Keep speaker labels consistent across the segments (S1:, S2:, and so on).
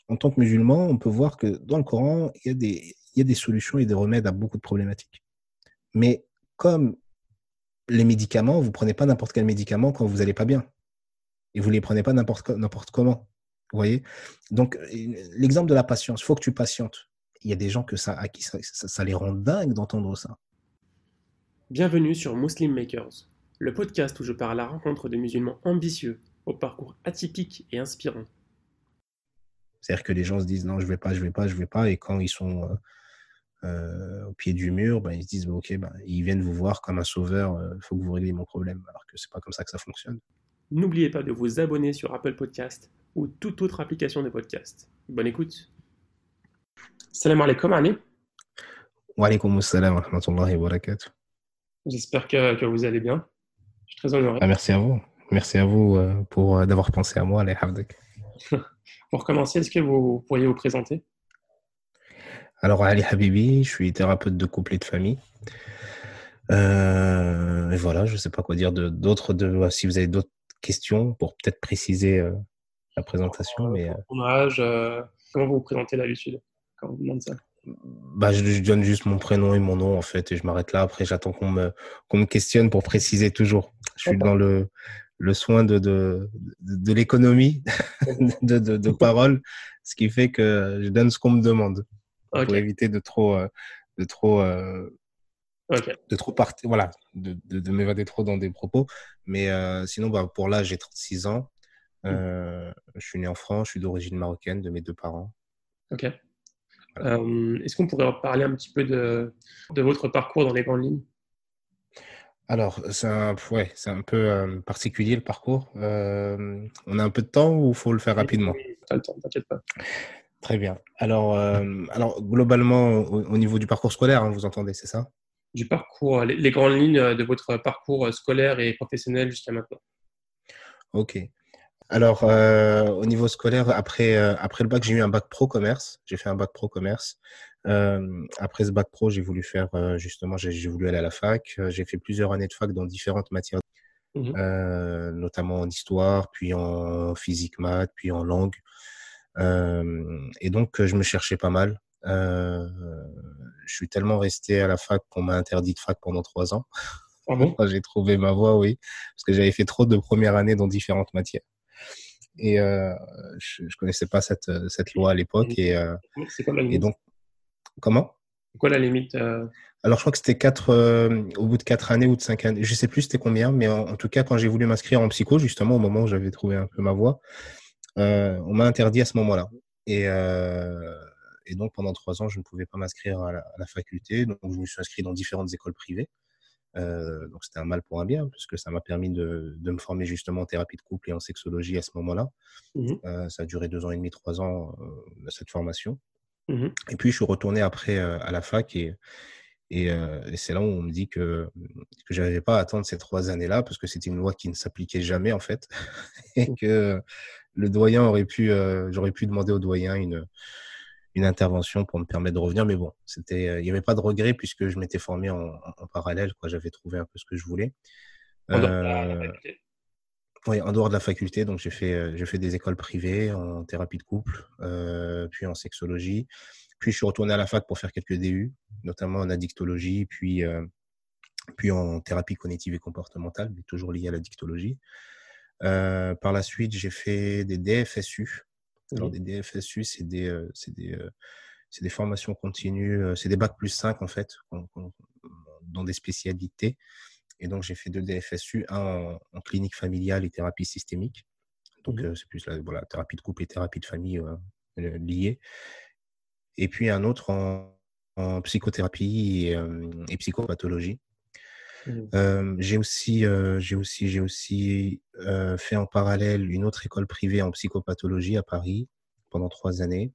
S1: en tant que musulman, on peut voir que dans le Coran, il y a des solutions et des remèdes à beaucoup de problématiques. Mais comme les médicaments, vous ne prenez pas n'importe quel médicament quand vous n'allez pas bien. Et vous ne les prenez pas n'importe comment. Vous voyez? Donc, l'exemple de la patience, il faut que tu patientes. Il y a des gens à qui ça les rend dingues d'entendre ça.
S2: Bienvenue sur Muslim Makers, le podcast où je pars à la rencontre de musulmans ambitieux, au parcours atypique et inspirant.
S1: C'est-à-dire que les gens se disent non, je ne vais pas, je ne vais pas, je ne vais pas. Et quand ils sont au pied du mur, ben, ils se disent ok, ben, ils viennent vous voir comme un sauveur, il faut que vous régliez mon problème. Alors que ce n'est pas comme ça que ça fonctionne.
S2: N'oubliez pas de vous abonner sur Apple Podcast ou toute autre application de podcast. Bonne écoute. Salam alaikum Ali.
S1: Wa alaykoum assalam wa rahmatullahi wa barakatuh.
S2: J'espère que vous allez bien. Je suis très honoré.
S1: Ah, merci à vous. Merci à vous pour d'avoir pensé à moi, les Havdak.
S2: Pour commencer, est-ce que vous pourriez vous présenter?
S1: Alors, Ali Habibi, je suis thérapeute de couple et de famille. Et voilà, je ne sais pas quoi dire d'autres. Si vous avez d'autres questions pour peut-être préciser la présentation, mais
S2: Pour ton âge, comment vous vous présentez d'habitude quand on vous demande ça?
S1: bah, je donne juste mon prénom et mon nom en fait, et je m'arrête là. Après, j'attends qu'on me questionne pour préciser toujours. Je suis dans le soin de l'économie de parole, ce qui fait que je donne ce qu'on me demande
S2: Ok,
S1: pour éviter de trop de trop
S2: ok.
S1: de trop partir, voilà, de m'évader trop dans des propos. Mais sinon, bah, pour là, j'ai 36 ans. Je suis né en France, je suis d'origine marocaine de mes deux parents.
S2: Ok.
S1: Voilà.
S2: Est-ce qu'on pourrait parler un petit peu de votre parcours dans les grandes lignes?
S1: Alors, ouais, c'est un peu particulier le parcours. On a un peu de temps ou il faut le faire
S2: Oui,
S1: rapidement?
S2: oui, t'as le temps, t'inquiète pas.
S1: Très bien. Alors globalement, au niveau du parcours scolaire, hein, vous entendez, c'est ça?
S2: Du parcours, les grandes lignes de votre parcours scolaire et professionnel jusqu'à maintenant.
S1: Ok. Alors, au niveau scolaire, après le bac, j'ai eu un bac pro commerce. J'ai fait un bac pro commerce. Après ce bac pro, j'ai voulu faire, justement, j'ai voulu aller à la fac. J'ai fait plusieurs années de fac dans différentes matières,
S2: Mhm.
S1: notamment en histoire, puis en physique, maths, puis en langue. Et donc, je me cherchais pas mal. Je suis tellement resté à la fac qu'on m'a interdit de fac pendant 3 ans.
S2: Ah bon?
S1: J'ai trouvé ma voie, oui, parce que j'avais fait trop de premières années dans différentes matières. Et je connaissais pas cette loi à l'époque.
S2: C'est quoi la
S1: Et
S2: limite?
S1: donc, comment?
S2: C'est quoi la limite
S1: Alors, je crois que c'était au bout de 4 années ou de 5 années. Je sais plus c'était combien, mais en tout cas, quand j'ai voulu m'inscrire en psycho, justement, au moment où j'avais trouvé un peu ma voie, on m'a interdit à ce moment-là. Et, euh, et donc, pendant 3 ans, je ne pouvais pas m'inscrire à la faculté. Donc, je me suis inscrit dans différentes écoles privées. Donc, c'était un mal pour un bien, parce que ça m'a permis de me former justement en thérapie de couple et en sexologie à ce moment-là.
S2: Mhm.
S1: Ça a duré 2 ans et demi, 3 ans, cette formation.
S2: Mhm.
S1: Et puis, je suis retourné après à la fac et c'est là où on me dit que je n'avais pas à attendre ces 3 années-là parce que c'était une loi qui ne s'appliquait jamais, en fait. Et que le doyen j'aurais pu demander au doyen une intervention pour me permettre de revenir. Mais bon, il n'y avait pas de regret puisque je m'étais formé en parallèle, quoi. J'avais trouvé un peu ce que je voulais.
S2: En dehors de la
S1: Euh,
S2: faculté.
S1: Oui, en dehors de la faculté, donc j'ai fait des écoles privées en thérapie de couple, puis en sexologie. Puis je suis retourné à la fac pour faire quelques DU, notamment en addictologie, puis en thérapie cognitive et comportementale, mais toujours liée à l'addictologie. Par la suite, j'ai fait des DFSU. Alors
S2: Mhm.
S1: des DFSU, c'est des formations continues, c'est des bac+5 en fait, dans des spécialités. Et donc, j'ai fait 2 DFSU, un en clinique familiale et thérapie systémique. Donc,
S2: Mhm.
S1: c'est plus la thérapie de couple et thérapie de famille liées. Et puis, un autre en psychothérapie et psychopathologie.
S2: Mhm.
S1: J'ai aussi fait en parallèle une autre école privée en psychopathologie à Paris pendant 3 années.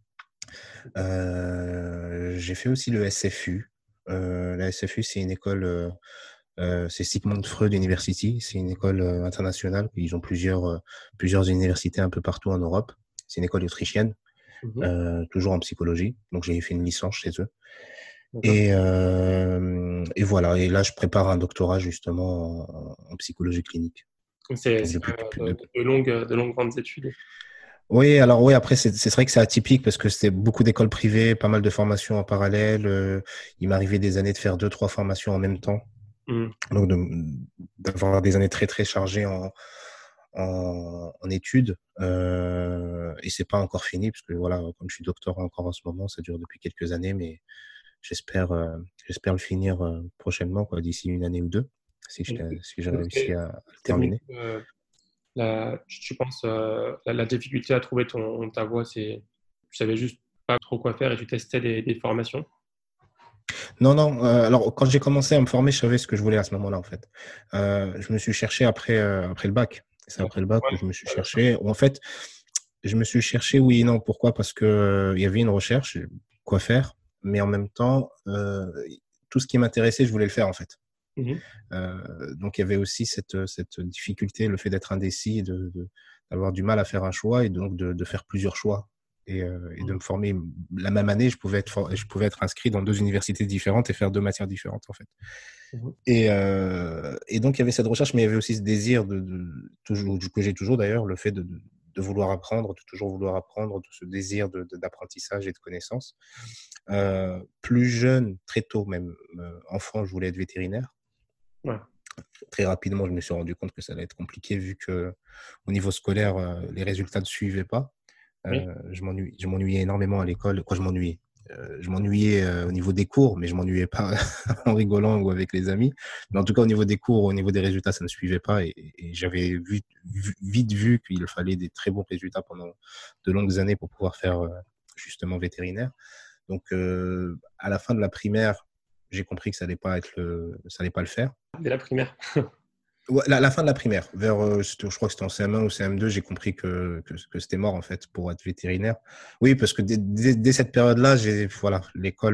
S1: J'ai fait aussi le SFU. La SFU, c'est une école c'est Sigmund Freud University. C'est une école internationale. Ils ont plusieurs universités un peu partout en Europe. C'est une école autrichienne,
S2: Mhm.
S1: toujours en psychologie. Donc, j'ai fait une licence chez eux.
S2: D'accord.
S1: Et voilà. Et là, je prépare un doctorat justement en psychologie clinique.
S2: Donc, c'est
S1: Donc,
S2: quand même de longues grandes études.
S1: Oui, alors oui, après, c'est vrai que c'est atypique parce que c'était beaucoup d'écoles privées, pas mal de formations en parallèle. Il m'arrivait des années de faire deux, trois formations en même temps.
S2: Hmm.
S1: Donc, d'avoir des années très, très chargées en études. Et c'est pas encore fini parce que voilà, comme je suis doctorant encore en ce moment, ça dure depuis quelques années, mais j'espère, j'espère le finir prochainement, quoi, d'ici une année ou deux,
S2: Et
S1: si j'ai
S2: donc,
S1: réussi à le
S2: c'est venu,
S1: terminer.
S2: tu penses, la difficulté à trouver ta voie, c'est tu savais juste pas trop quoi faire et tu testais des formations?
S1: Non, non. Alors, quand j'ai commencé à me former, je savais ce que je voulais à ce moment-là, en fait. Je me suis cherché après le bac. C'est après le bac
S2: Ouais,
S1: où je me suis
S2: ouais, bien sûr.
S1: cherché. En fait, je me suis cherché, oui et non. Pourquoi? Parce que il y avait une recherche, quoi faire, mais en même temps, tout ce qui m'intéressait, je voulais le faire, en fait.
S2: Mhm.
S1: Donc, il y avait aussi cette difficulté, le fait d'être indécis, d'avoir du mal à faire un choix et donc de faire plusieurs choix et de me former. La même année, je pouvais être inscrit dans deux universités différentes et faire deux matières différentes, en fait.
S2: Mhm.
S1: Et donc, il y avait cette recherche, mais il y avait aussi ce désir toujours, que j'ai toujours d'ailleurs, le fait de vouloir apprendre, de toujours vouloir apprendre, de ce désir d'apprentissage et de connaissance. Plus jeune, très tôt même, enfant, je voulais être vétérinaire.
S2: Ouais.
S1: Très rapidement, je me suis rendu compte que ça allait être compliqué vu que au niveau scolaire, les résultats ne suivaient pas.
S2: Oui.
S1: Je m'ennuyais énormément à l'école. Quoi, je m'ennuyais. Je m'ennuyais au niveau des cours, mais je m'ennuyais pas en rigolant ou avec les amis. Mais en tout cas, au niveau des cours, au niveau des résultats, ça ne suivait pas. Et j'avais vite vu qu'il fallait des très bons résultats pendant de longues années pour pouvoir faire justement vétérinaire. Donc, à la fin de la primaire, j'ai compris que ça allait pas le faire.
S2: Dès la primaire.
S1: Ouais, la fin de la primaire, je crois que c'était en CM1 ou CM2, j'ai compris que c'était mort en fait pour être vétérinaire. Oui, parce que dès cette période-là, voilà, l'école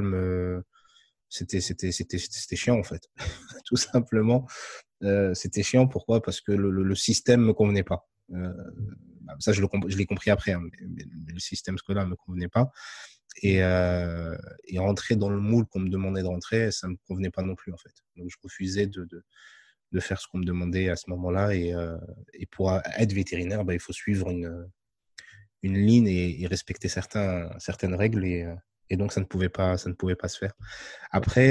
S1: c'était chiant en fait, tout simplement. C'était chiant, pourquoi? Parce que le système me convenait pas. Ça, je l'ai compris après, hein, mais le système scolaire me convenait pas. Et, euh, et rentrer dans le moule qu'on me demandait de rentrer, ça me convenait pas non plus en fait. Donc je refusais de faire ce qu'on me demandait à ce moment-là. Et pour être vétérinaire, bah, il faut suivre une ligne et respecter certaines règles. Et donc, ça ne pouvait pas se faire. Après,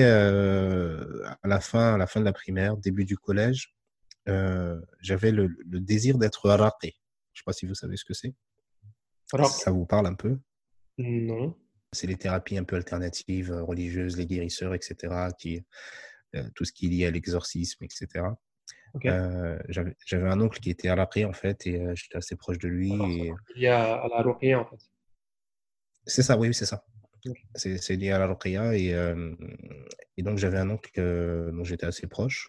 S1: à la fin de la primaire, début du collège, j'avais le désir d'être raqi. Je ne sais pas si vous savez ce que c'est.
S2: Alors,
S1: Si ça vous parle un peu.
S2: non.
S1: C'est les thérapies un peu alternatives, religieuses, les guérisseurs, etc., tout ce qui est lié à l'exorcisme, etc.
S2: Ok.
S1: J'avais un oncle qui était à en fait, et j'étais assez proche de
S2: Alors,
S1: lui.
S2: c'est
S1: Et
S2: lié à la ruqya, en fait.
S1: c'est ça, oui, c'est ça.
S2: Ok.
S1: C'est lié à la ruqya. Et donc, j'avais un oncle dont j'étais assez proche,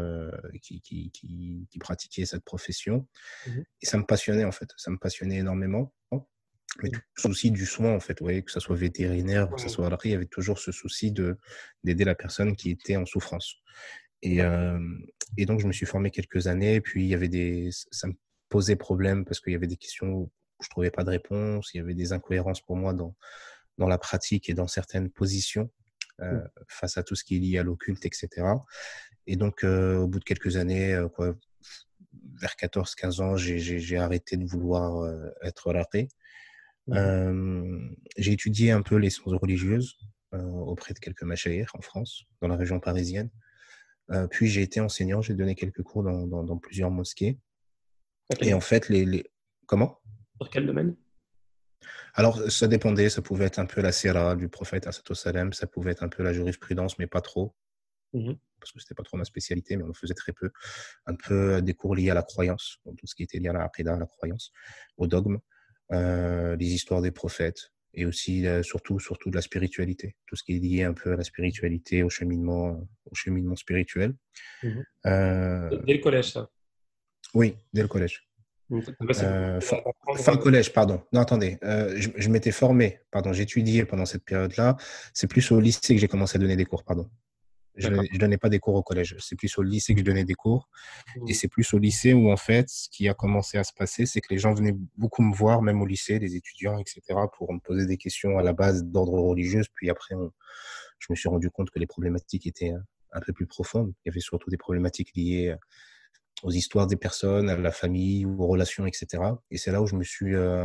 S1: qui pratiquait cette profession.
S2: Mhm.
S1: Et ça me passionnait, en fait. Ça me passionnait énormément. Mais
S2: Mhm.
S1: tout le souci du soin, en fait, vous voyez, que ce soit vétérinaire, que ce
S2: Ouais.
S1: soit raqi, il y avait toujours ce souci d'aider la personne qui était en souffrance. Et,
S2: D'accord.
S1: euh, et donc, je me suis formé quelques années, puis il y avait ça me posait problème parce qu'il y avait des questions où je trouvais pas de réponse, il y avait des incohérences pour moi dans la pratique et dans certaines positions
S2: Mhm.
S1: face à tout ce qui est lié à l'occulte, etc. Et donc, au bout de quelques années, quoi, vers 14-15 ans, j'ai arrêté de vouloir être raqi.
S2: Mhm.
S1: J'ai étudié un peu les sciences religieuses auprès de quelques machaïrs en France, dans la région parisienne. Puis j'ai été enseignant, j'ai donné quelques cours dans plusieurs mosquées.
S2: À quel
S1: Et en
S2: domaine?
S1: fait, comment?
S2: Sur quel domaine?
S1: Alors, ça dépendait, ça pouvait être un peu la sira du prophète, sallam, ça pouvait être un peu la jurisprudence, mais pas trop,
S2: Mhm.
S1: parce que c'était pas trop ma spécialité, mais on en faisait très peu. Un peu des cours liés à la croyance, donc tout ce qui était lié à la aqidah, à la croyance, au dogme, les histoires des prophètes, et aussi, surtout de la spiritualité, tout ce qui est lié un peu à la spiritualité, au cheminement spirituel.
S2: Mhm.
S1: Euh,
S2: Dès le collège, ça.
S1: oui, dès le collège.
S2: Donc, t'as passé beaucoup d'apprendre.
S1: Fin collège, pardon. Non, attendez. Je m'étais formé, pardon, j'étudiais pendant cette période-là. C'est plus au lycée que j'ai commencé à donner des cours, pardon.
S2: D'accord.
S1: Je donnais pas des cours au collège. C'est plus au lycée que je donnais des cours. Et
S2: Mhm.
S1: c'est plus au lycée où, en fait, ce qui a commencé à se passer, c'est que les gens venaient beaucoup me voir, même au lycée, des étudiants, etc., pour me poser des questions à la base d'ordre religieux. Puis après, je me suis rendu compte que les problématiques étaient un peu plus profondes. Il y avait surtout des problématiques liées aux histoires des personnes, à la famille, aux relations, etc. Et c'est là où je me suis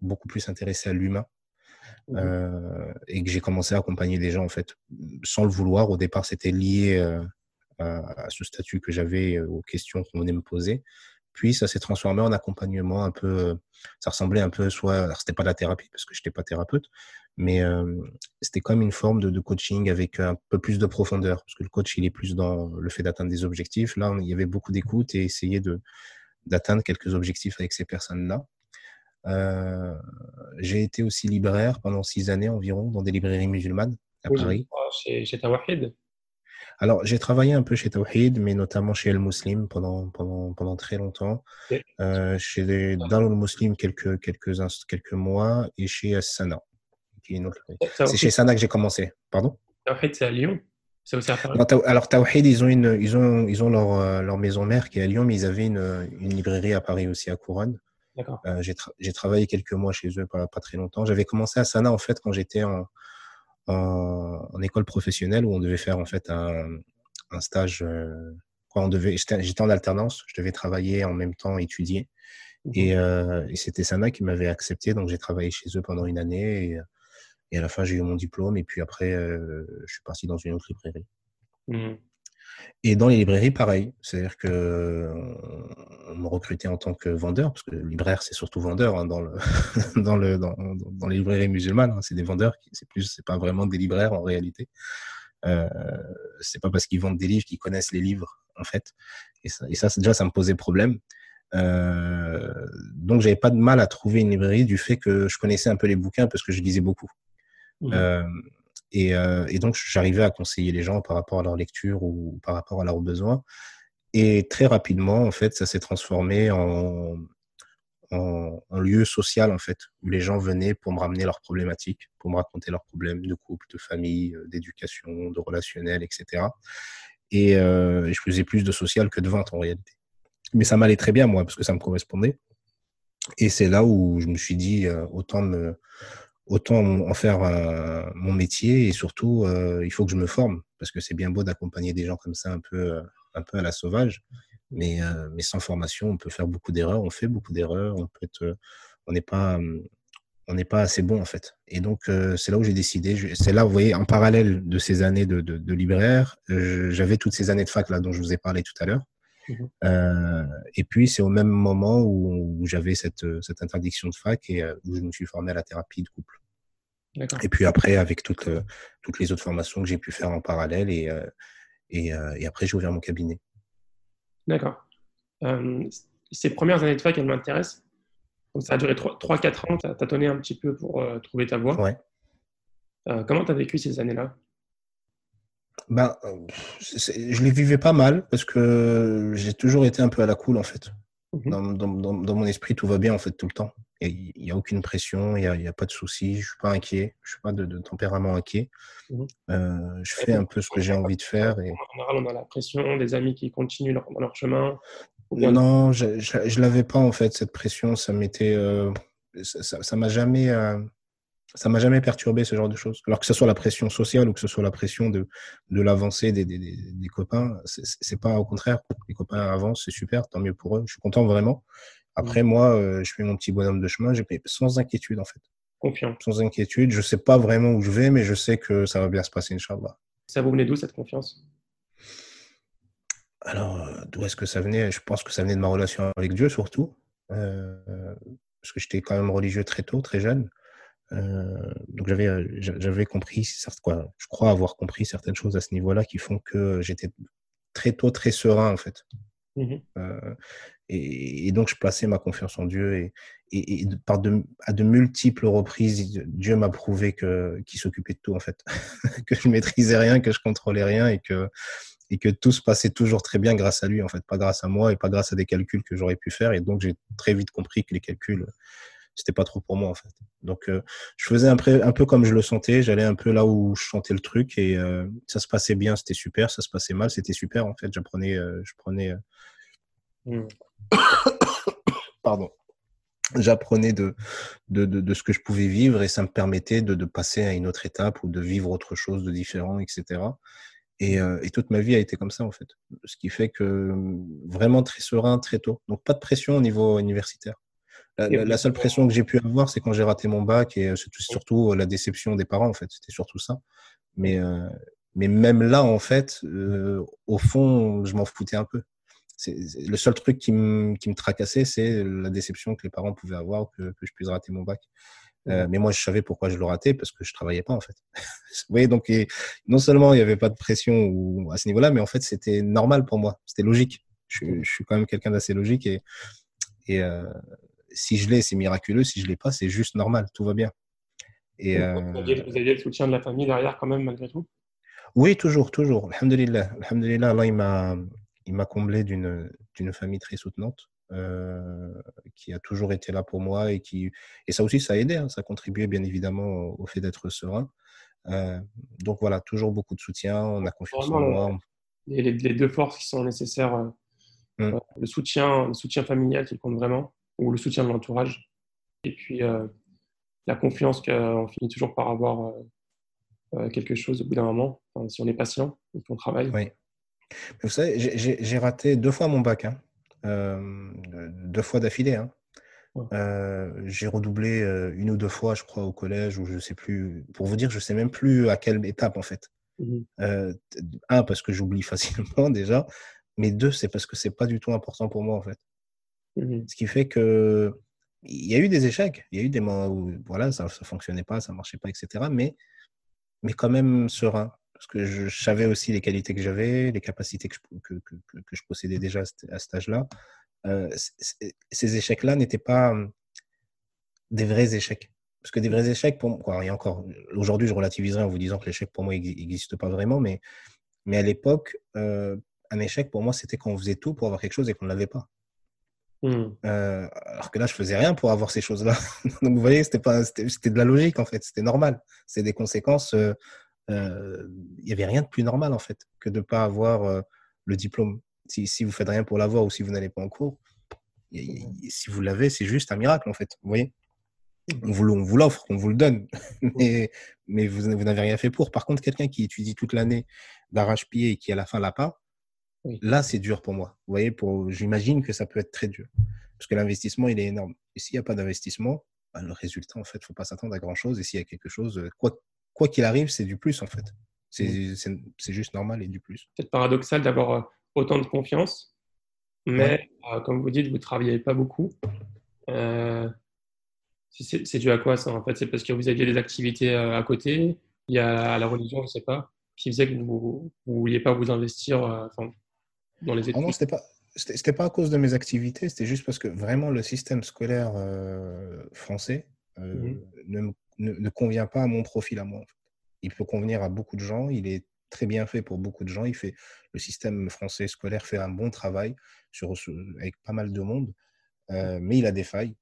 S1: beaucoup plus intéressé à l'humain.
S2: Mhm.
S1: Et que j'ai commencé à accompagner des gens, en fait, sans le vouloir. Au départ, c'était lié à ce statut que j'avais, aux questions qu'on venait me poser. Puis, ça s'est transformé en accompagnement un peu. Ça ressemblait un peu, soit. Alors, c'était pas de la thérapie, parce que je n'étais pas thérapeute, mais c'était comme une forme de coaching avec un peu plus de profondeur. Parce que le coach, il est plus dans le fait d'atteindre des objectifs. Là, il y avait beaucoup d'écoute et essayer d'atteindre quelques objectifs avec ces personnes-là. Euh, j'ai été aussi libraire pendant 6 années environ dans des librairies musulmanes à
S2: Oui, j'ai vu
S1: Paris.
S2: ça chez Tawahid.
S1: Alors, j'ai travaillé un peu chez Tawhid, mais notamment chez El Muslim pendant très longtemps.
S2: Et
S1: Chez les Darul Muslim quelques mois et chez Sana, qui est une autre librairie. C'est chez
S2: Tawahid,
S1: Sana que j'ai commencé. Pardon?
S2: Tawahid, c'est à Lyon. C'est aussi à
S1: Non,
S2: Paris.
S1: Alors, Tawhid, ils ont leur maison mère qui est à Lyon, mais ils avaient une librairie à Paris aussi, à Couronne.
S2: D'accord.
S1: J'ai travaillé quelques mois chez eux, pas très longtemps. J'avais commencé à Sana, en fait, quand j'étais en école professionnelle où on devait faire en fait un stage. J'étais en alternance, je devais travailler en même temps, étudier.
S2: Mhm.
S1: Et c'était Sana qui m'avait accepté, donc j'ai travaillé chez eux pendant une année. Et à la fin, j'ai eu mon diplôme. Et puis après, je suis parti dans une autre librairie.
S2: Mhm.
S1: Et dans les librairies, pareil. C'est-à-dire que on me recrutait en tant que vendeur, parce que le libraire, c'est surtout vendeur hein, dans les librairies musulmanes. Hein, c'est des vendeurs, c'est pas vraiment des libraires en réalité. Euh, c'est pas parce qu'ils vendent des livres qu'ils connaissent les livres, en fait. Et ça déjà, ça me posait problème. Donc, j'avais pas de mal à trouver une librairie du fait que je connaissais un peu les bouquins parce que je lisais beaucoup.
S2: Mhm.
S1: Euh, et donc, j'arrivais à conseiller les gens par rapport à leur lecture ou par rapport à leurs besoins. Et très rapidement, en fait, ça s'est transformé en lieu social, en fait, où les gens venaient pour me ramener leurs problématiques, pour me raconter leurs problèmes de couple, de famille, d'éducation, de relationnel, etc. Et je faisais plus de social que de vente en réalité. Mais ça m'allait très bien, moi, parce que ça me correspondait. Et c'est là où je me suis dit, autant en faire mon métier et surtout, il faut que je me forme parce que c'est bien beau d'accompagner des gens comme ça un peu à la sauvage, mais sans formation, on peut faire beaucoup d'erreurs, on fait beaucoup d'erreurs, on n'est pas, on n'est pas assez bon en fait. Et donc, c'est là où j'ai décidé, c'est là, vous voyez, en parallèle de ces années de libraire, j'avais toutes ces années de fac là dont je vous ai parlé tout à l'heure.
S2: Mhm.
S1: Euh, et puis, c'est au même moment où j'avais cette interdiction de fac et où je me suis formé à la thérapie de couple.
S2: D'accord.
S1: Et puis après, avec toutes les autres formations que j'ai pu faire en parallèle, et après, j'ai ouvert mon cabinet.
S2: D'accord. Euh, Ces premières années de fac, elles m'intéressent. Donc, ça a duré 3-4 ans. Tu as tâtonné un petit peu pour trouver ta voie.
S1: Ouais.
S2: Comment tu as vécu ces années-là?
S1: Ben, je les vivais pas mal parce que j'ai toujours été un peu à la cool, en fait.
S2: Mhm.
S1: Dans mon esprit, tout va bien, en fait, tout le temps. Il y a aucune pression, il y a pas de soucis, je suis pas inquiet, je suis pas de tempérament inquiet.
S2: Mhm.
S1: Je
S2: Et
S1: fais un peu ce que j'ai envie de faire.
S2: en général, on a la pression des amis qui continuent dans leur chemin. Ou bien...
S1: Non, je l'avais pas, en fait, cette pression. Ça m'a jamais. Ça m'a jamais perturbé ce genre de choses. Alors que ce soit la pression sociale ou que ce soit la pression de l'avancée des copains, c'est pas au contraire. Les copains avancent, c'est super, tant mieux pour eux. Je suis content vraiment.
S2: Mhm.
S1: Après, moi, je fais mon petit bonhomme de chemin, sans inquiétude en fait.
S2: Confiant.
S1: Sans inquiétude, je sais pas vraiment où je vais, mais je sais que ça va bien se passer, Inch'Allah.
S2: Ça vous venait d'où cette confiance?
S1: Alors, d'où est-ce que ça venait? Je pense que ça venait de ma relation avec Dieu surtout. Euh, Parce que j'étais quand même religieux très tôt, très jeune. Donc j'avais compris, je crois avoir compris certaines choses à ce niveau-là qui font que j'étais très tôt très serein en fait.
S2: Mhm.
S1: Euh, et donc je plaçais ma confiance en Dieu à de multiples reprises, Dieu m'a prouvé qu'il s'occupait de tout en fait, que je maîtrisais rien, que je contrôlais rien et que tout se passait toujours très bien grâce à lui en fait, pas grâce à moi et pas grâce à des calculs que j'aurais pu faire. Et donc j'ai très vite compris que les calculs c'était pas trop pour moi en fait. Donc je faisais un peu comme je le sentais, j'allais un peu là où je sentais le truc et ça se passait bien, c'était super, ça se passait mal, c'était super en fait.
S2: Mhm.
S1: Pardon, j'apprenais de ce que je pouvais vivre et ça me permettait de passer à une autre étape ou de vivre autre chose de différent, etc. Et toute ma vie a été comme ça en fait. Ce qui fait que vraiment très serein très tôt. Donc pas de pression au niveau universitaire.
S2: Et
S1: La seule pression que j'ai pu avoir, c'est quand j'ai raté mon bac et surtout la déception des parents, en fait. C'était surtout ça. Mais, euh, mais même là, en fait, au fond, je m'en foutais un peu. Le seul truc qui me tracassait, c'est la déception que les parents pouvaient avoir que je puisse rater mon bac. Mais moi, je savais pourquoi je le ratais, parce que je travaillais pas, en fait. Vous voyez, donc, non seulement il y avait pas de pression à ce niveau-là, mais en fait, c'était normal pour moi. C'était logique. Je suis quand même quelqu'un d'assez logique et si je l'ai, c'est miraculeux. Si je l'ai pas, c'est juste normal. Tout va bien. Et
S2: vous aviez le soutien de la famille derrière quand même, malgré tout?
S1: oui, toujours, toujours. Alhamdulillah. Alhamdulillah, Allah, il m'a comblé d'une famille très soutenante, qui a toujours été là pour moi et ça aussi, ça a aidé, hein. Ça a contribué bien évidemment au fait d'être serein. Euh, donc voilà, toujours beaucoup de soutien. On a confiance en
S2: Vraiment,
S1: moi.
S2: les deux forces qui sont nécessaires,
S1: Mm.
S2: le soutien familial qui compte vraiment, ou le soutien de l'entourage, et puis la confiance qu'on finit toujours par avoir quelque chose au bout d'un moment, enfin, si on est patient et qu'on travaille.
S1: Oui. Vous savez, j'ai raté 2 fois mon bac, hein. 2 fois d'affilée, hein.
S2: Ouais.
S1: J'ai redoublé 1 ou 2 fois, je crois, au collège, ou je sais plus. Pour vous dire, je sais même plus à quelle étape, en fait.
S2: Mhm.
S1: Euh, un, parce que j'oublie facilement déjà, mais deux, c'est parce que c'est pas du tout important pour moi, en fait.
S2: Mhm.
S1: Ce qui fait que il y a eu des échecs, il y a eu des moments où voilà, ça fonctionnait pas, ça marchait pas, etc. Mais quand même serein, parce que je savais aussi les qualités que j'avais, les capacités que je possédais déjà à cet âge-là. Ces échecs-là n'étaient pas des vrais échecs. Parce que des vrais échecs, pour moi, et encore, aujourd'hui, je relativiserai en vous disant que l'échec, pour moi, n'existe pas vraiment, mais à l'époque, un échec, pour moi, c'était quand on faisait tout pour avoir quelque chose et qu'on ne l'avait pas.
S2: Mhm.
S1: Alors que là, je faisais rien pour avoir ces choses-là. Donc, vous voyez, c'était de la logique, en fait. C'était normal. C'est des conséquences. Il n'y avait rien de plus normal, en fait, que de ne pas avoir le diplôme. Si vous faites rien pour l'avoir ou si vous n'allez pas en cours, si vous l'avez, c'est juste un miracle, en fait. Vous voyez,
S2: Mhm.
S1: on vous l'offre, on vous le donne,
S2: Mhm.
S1: mais vous n'avez rien fait pour. Par contre, quelqu'un qui étudie toute l'année d'arrache-pied et qui à la fin l'a pas,
S2: Oui.
S1: là, c'est dur pour moi. Vous voyez, j'imagine que ça peut être très dur. Parce que l'investissement, il est énorme. Et s'il n'y a pas d'investissement, bah, le résultat, en fait, il ne faut pas s'attendre à grand-chose. Et s'il y a quelque chose, quoi qu'il arrive, c'est du plus, en fait.
S2: Mhm.
S1: C'est juste normal et du plus.
S2: Peut-être paradoxal d'avoir autant de confiance,
S1: Ouais.
S2: mais comme vous dites, vous ne travaillez pas beaucoup. Euh, c'est dû à quoi ça en fait? C'est parce que vous aviez des activités à côté, il y a la religion, je ne sais pas, qui faisait que vous ne vouliez pas vous investir enfin, dans les
S1: Oh non,
S2: études.
S1: c'était pas à cause de mes activités, c'était juste parce que vraiment le système scolaire français
S2: Mhm.
S1: ne convient pas à mon profil à moi, en fait. Il peut convenir à beaucoup de gens, il est très bien fait pour beaucoup de gens. Le système français scolaire fait un bon travail avec pas mal de monde, mais il a des failles.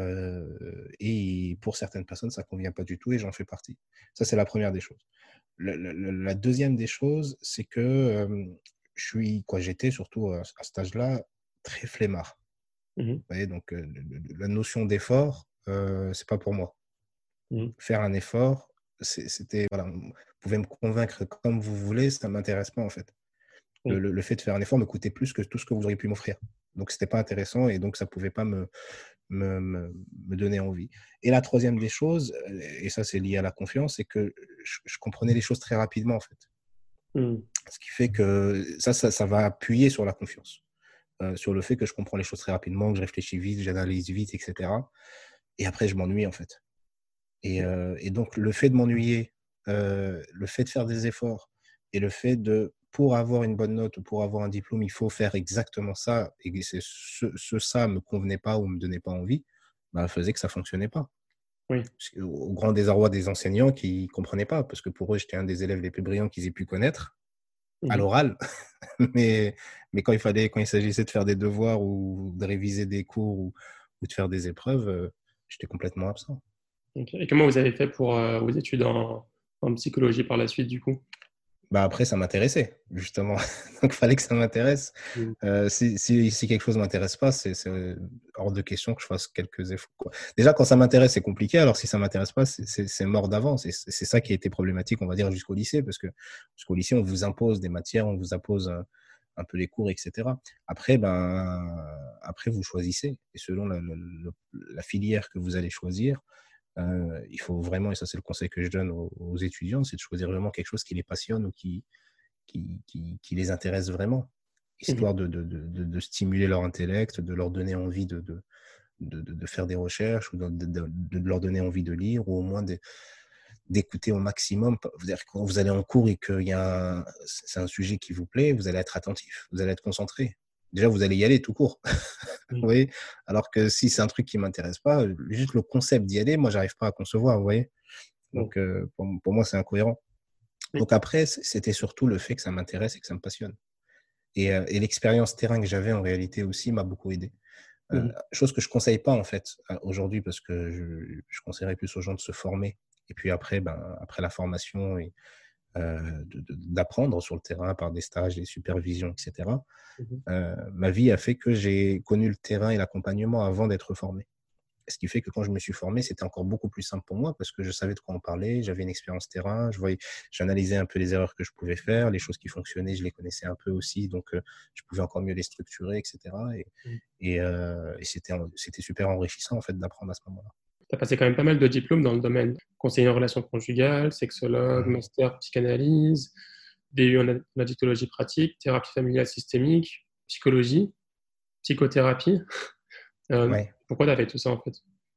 S1: Et pour certaines personnes, ça ne convient pas du tout et j'en fais partie. Ça, c'est la première des choses. La deuxième des choses, c'est que j'étais surtout à cet âge-là très flemmard.
S2: Mhm.
S1: Vous voyez, donc la notion d'effort, c'est pas pour moi.
S2: Mhm.
S1: Faire un effort, c'était voilà, vous pouvez me convaincre comme vous voulez, ça m'intéresse pas en fait.
S2: Oui.
S1: Le fait de faire un effort me coûtait plus que tout ce que vous auriez pu m'offrir. Donc c'était pas intéressant et donc ça pouvait pas me donner envie. Et la troisième des choses, et ça c'est lié à la confiance, c'est que je comprenais les choses très rapidement en fait.
S2: Mhm.
S1: Ce qui fait que ça va appuyer sur la confiance, sur le fait que je comprends les choses très rapidement, que je réfléchis vite, j'analyse vite, etc. Et après, je m'ennuie en fait. Et donc, le fait de m'ennuyer, le fait de faire des efforts et le fait pour avoir une bonne note ou pour avoir un diplôme, il faut faire exactement ça, et que ça me convenait pas ou me donnait pas envie, bah, faisait que ça fonctionnait pas.
S2: Oui.
S1: Au grand désarroi des enseignants qui comprenaient pas, parce que pour eux, j'étais un des élèves les plus brillants qu'ils aient pu connaître à
S2: Mhm.
S1: l'oral. mais quand il s'agissait de faire des devoirs ou de réviser des cours ou de faire des épreuves, j'étais complètement absent.
S2: Ok. Et comment vous avez fait pour vos études en psychologie par la suite, du coup?
S1: Bah après, ça m'intéressait, justement. Donc, il fallait que ça m'intéresse.
S2: Mhm.
S1: Si quelque chose ne m'intéresse pas, c'est hors de question que je fasse quelques efforts, quoi. Déjà, quand ça m'intéresse, c'est compliqué. Alors, si ça ne m'intéresse pas, c'est mort d'avance. Et c'est ça qui a été problématique, on va dire, jusqu'au lycée. Parce que jusqu'au lycée, on vous impose des matières, on vous impose un peu les cours, etc. Après, après vous choisissez. Et selon la filière que vous allez choisir, il faut vraiment, et ça c'est le conseil que je donne aux étudiants, c'est de choisir vraiment quelque chose qui les passionne ou qui les intéresse vraiment,
S2: Mhm.
S1: histoire de stimuler leur intellect, de leur donner envie de faire des recherches ou de leur donner envie de lire ou au moins d'écouter au maximum. Quand vous allez en cours et que c'est un sujet qui vous plaît, vous allez être attentif, vous allez être concentré. Déjà, vous allez y aller tout court. Vous
S2: Oui.
S1: voyez. Alors que si c'est un truc qui m'intéresse pas, juste le concept d'y aller, moi, j'arrive pas à concevoir. Vous voyez.
S2: Oui.
S1: Donc, pour moi, c'est incohérent.
S2: Oui.
S1: Donc après, c'était surtout le fait que ça m'intéresse et que ça me passionne. Et l'expérience terrain que j'avais en réalité aussi m'a beaucoup aidé.
S2: Mhm.
S1: Chose que je conseille pas en fait aujourd'hui parce que je conseillerais plus aux gens de se former et puis après, après la formation et d'apprendre sur le terrain par des stages, des supervisions, etc.
S2: Mhm.
S1: Ma vie a fait que j'ai connu le terrain et l'accompagnement avant d'être formé. Ce qui fait que quand je me suis formé, c'était encore beaucoup plus simple pour moi parce que je savais de quoi on parlait, j'avais une expérience terrain, j'analysais un peu les erreurs que je pouvais faire, les choses qui fonctionnaient, je les connaissais un peu aussi, donc je pouvais encore mieux les structurer, etc.
S2: Mhm.
S1: Et c'était super enrichissant en fait d'apprendre à ce moment-là.
S2: Tu as passé quand même pas mal de diplômes dans le domaine. Conseiller en relations conjugales, sexologue,
S1: Mhm.
S2: master psychanalyse, DU en addictologie pratique, thérapie familiale systémique, psychologie, psychothérapie.
S1: Ouais.
S2: Pourquoi tu as fait tout ça en fait?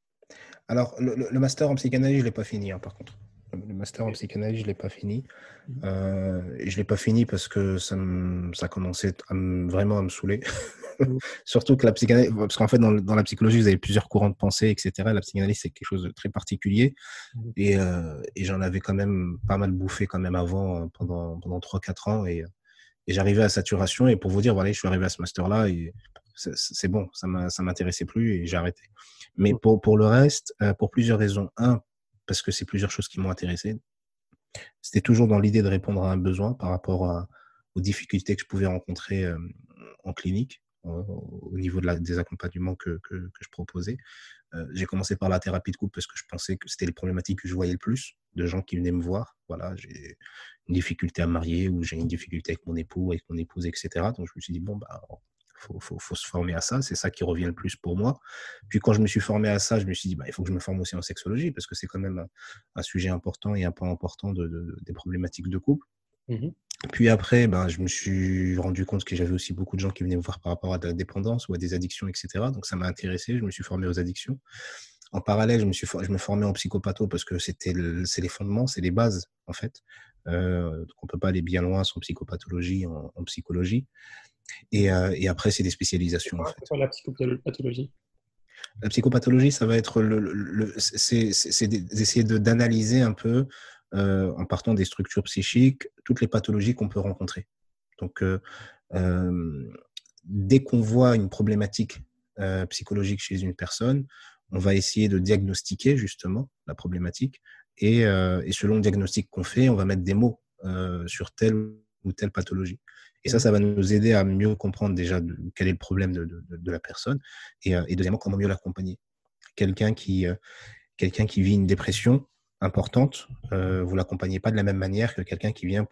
S1: Alors, le master en psychanalyse, je ne l'ai pas fini, hein, par contre. Le master en
S2: Ok.
S1: psychanalyse, je ne l'ai pas fini.
S2: Mhm.
S1: Et je ne l'ai pas fini parce que ça commençait vraiment à me saouler.
S2: Mhm.
S1: Surtout que la psychanalyse, parce qu'en fait, dans la psychologie, vous avez plusieurs courants de pensée, etc. La psychanalyse, c'est quelque chose de très particulier.
S2: Mhm.
S1: Et j'en avais quand même pas mal bouffé quand même avant, pendant 3-4 ans. Et j'arrivais à saturation. Et pour vous dire, voilà, je suis arrivé à ce master-là et c'est bon, ça m'intéressait plus et j'ai arrêté. Mais pour le reste, pour plusieurs raisons. Un, parce que c'est plusieurs choses qui m'ont intéressé. C'était toujours dans l'idée de répondre à un besoin par rapport aux difficultés que je pouvais rencontrer en clinique, au niveau des accompagnements que je proposais. J'ai commencé par la thérapie de couple parce que je pensais que c'était les problématiques que je voyais le plus de gens qui venaient me voir. Voilà, j'ai une difficulté à me marier ou j'ai une difficulté avec mon époux, avec mon épouse, etc. Donc je me suis dit, bon, faut se former à ça. C'est ça qui revient le plus pour moi. Puis quand je me suis formé à ça, je me suis dit, il faut que je me forme aussi en sexologie parce que c'est quand même un sujet important et un point important des problématiques de couple.
S2: Mhm.
S1: Puis après, je me suis rendu compte que j'avais aussi beaucoup de gens qui venaient me voir par rapport à de la dépendance ou à des addictions, etc. Donc ça m'a intéressé, je me suis formé aux addictions. En parallèle, je me formais en psychopatho parce que c'est les fondements, c'est les bases, en fait. Donc on peut pas aller bien loin sans psychopathologie, en psychologie. Et après, c'est des spécialisations, en
S2: C'est
S1: fait.
S2: quoi la psychopathologie?
S1: La psychopathologie, ça va être c'est d'essayer d'analyser un peu, en partant des structures psychiques, toutes les pathologies qu'on peut rencontrer. Donc, euh, dès qu'on voit une problématique psychologique chez une personne, on va essayer de diagnostiquer justement la problématique et selon le diagnostic qu'on fait, on va mettre des mots sur telle ou telle pathologie. Et
S2: Mhm.
S1: ça va nous aider à mieux comprendre déjà quel est le problème de la personne et deuxièmement, comment mieux l'accompagner. Quelqu'un qui, euh, quelqu'un qui vit une dépression importante, vous l'accompagnez pas de la même manière que quelqu'un qui vient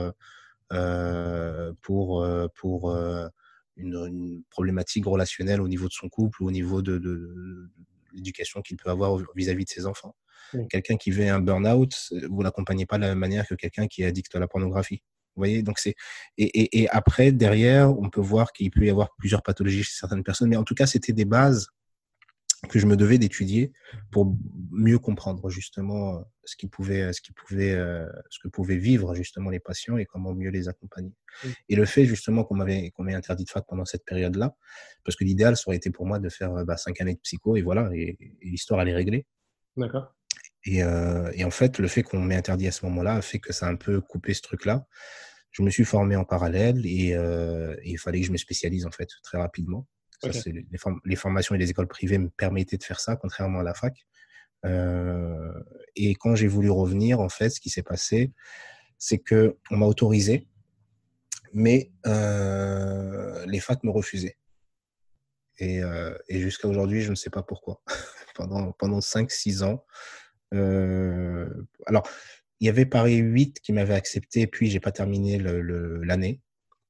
S1: pour une problématique relationnelle au niveau de son couple ou au niveau de l'éducation qu'il peut avoir vis-à-vis de ses enfants.
S2: Mhm.
S1: Quelqu'un qui vit un burn-out, vous l'accompagnez pas de la même manière que quelqu'un qui est addict à la pornographie. Vous voyez, donc et après derrière, on peut voir qu'il peut y avoir plusieurs pathologies chez certaines personnes, mais en tout cas, c'était des bases que je me devais d'étudier pour mieux comprendre justement ce que pouvaient vivre justement les patients et comment mieux les accompagner.
S2: Mhm.
S1: Et le fait justement qu'on m'ait interdit de fac pendant cette période-là, parce que l'idéal ça aurait été pour moi de faire 5 années de psycho et voilà, et l'histoire elle est réglée.
S2: D'accord.
S1: Et en fait, le fait qu'on m'ait interdit à ce moment-là a fait que ça a un peu coupé ce truc-là. Je me suis formé en parallèle et il fallait que je me spécialise en fait très rapidement. Ça,
S2: Ok.
S1: c'est les formations et les écoles privées me permettaient de faire ça, contrairement à la fac. Euh, et quand j'ai voulu revenir, en fait, ce qui s'est passé, c'est que on m'a autorisé, mais les facs me refusaient. Et jusqu'à aujourd'hui, je ne sais pas pourquoi. Pendant 5-6 ans. Euh, alors, il y avait Paris 8 qui m'avait accepté, puis j'ai pas terminé l'année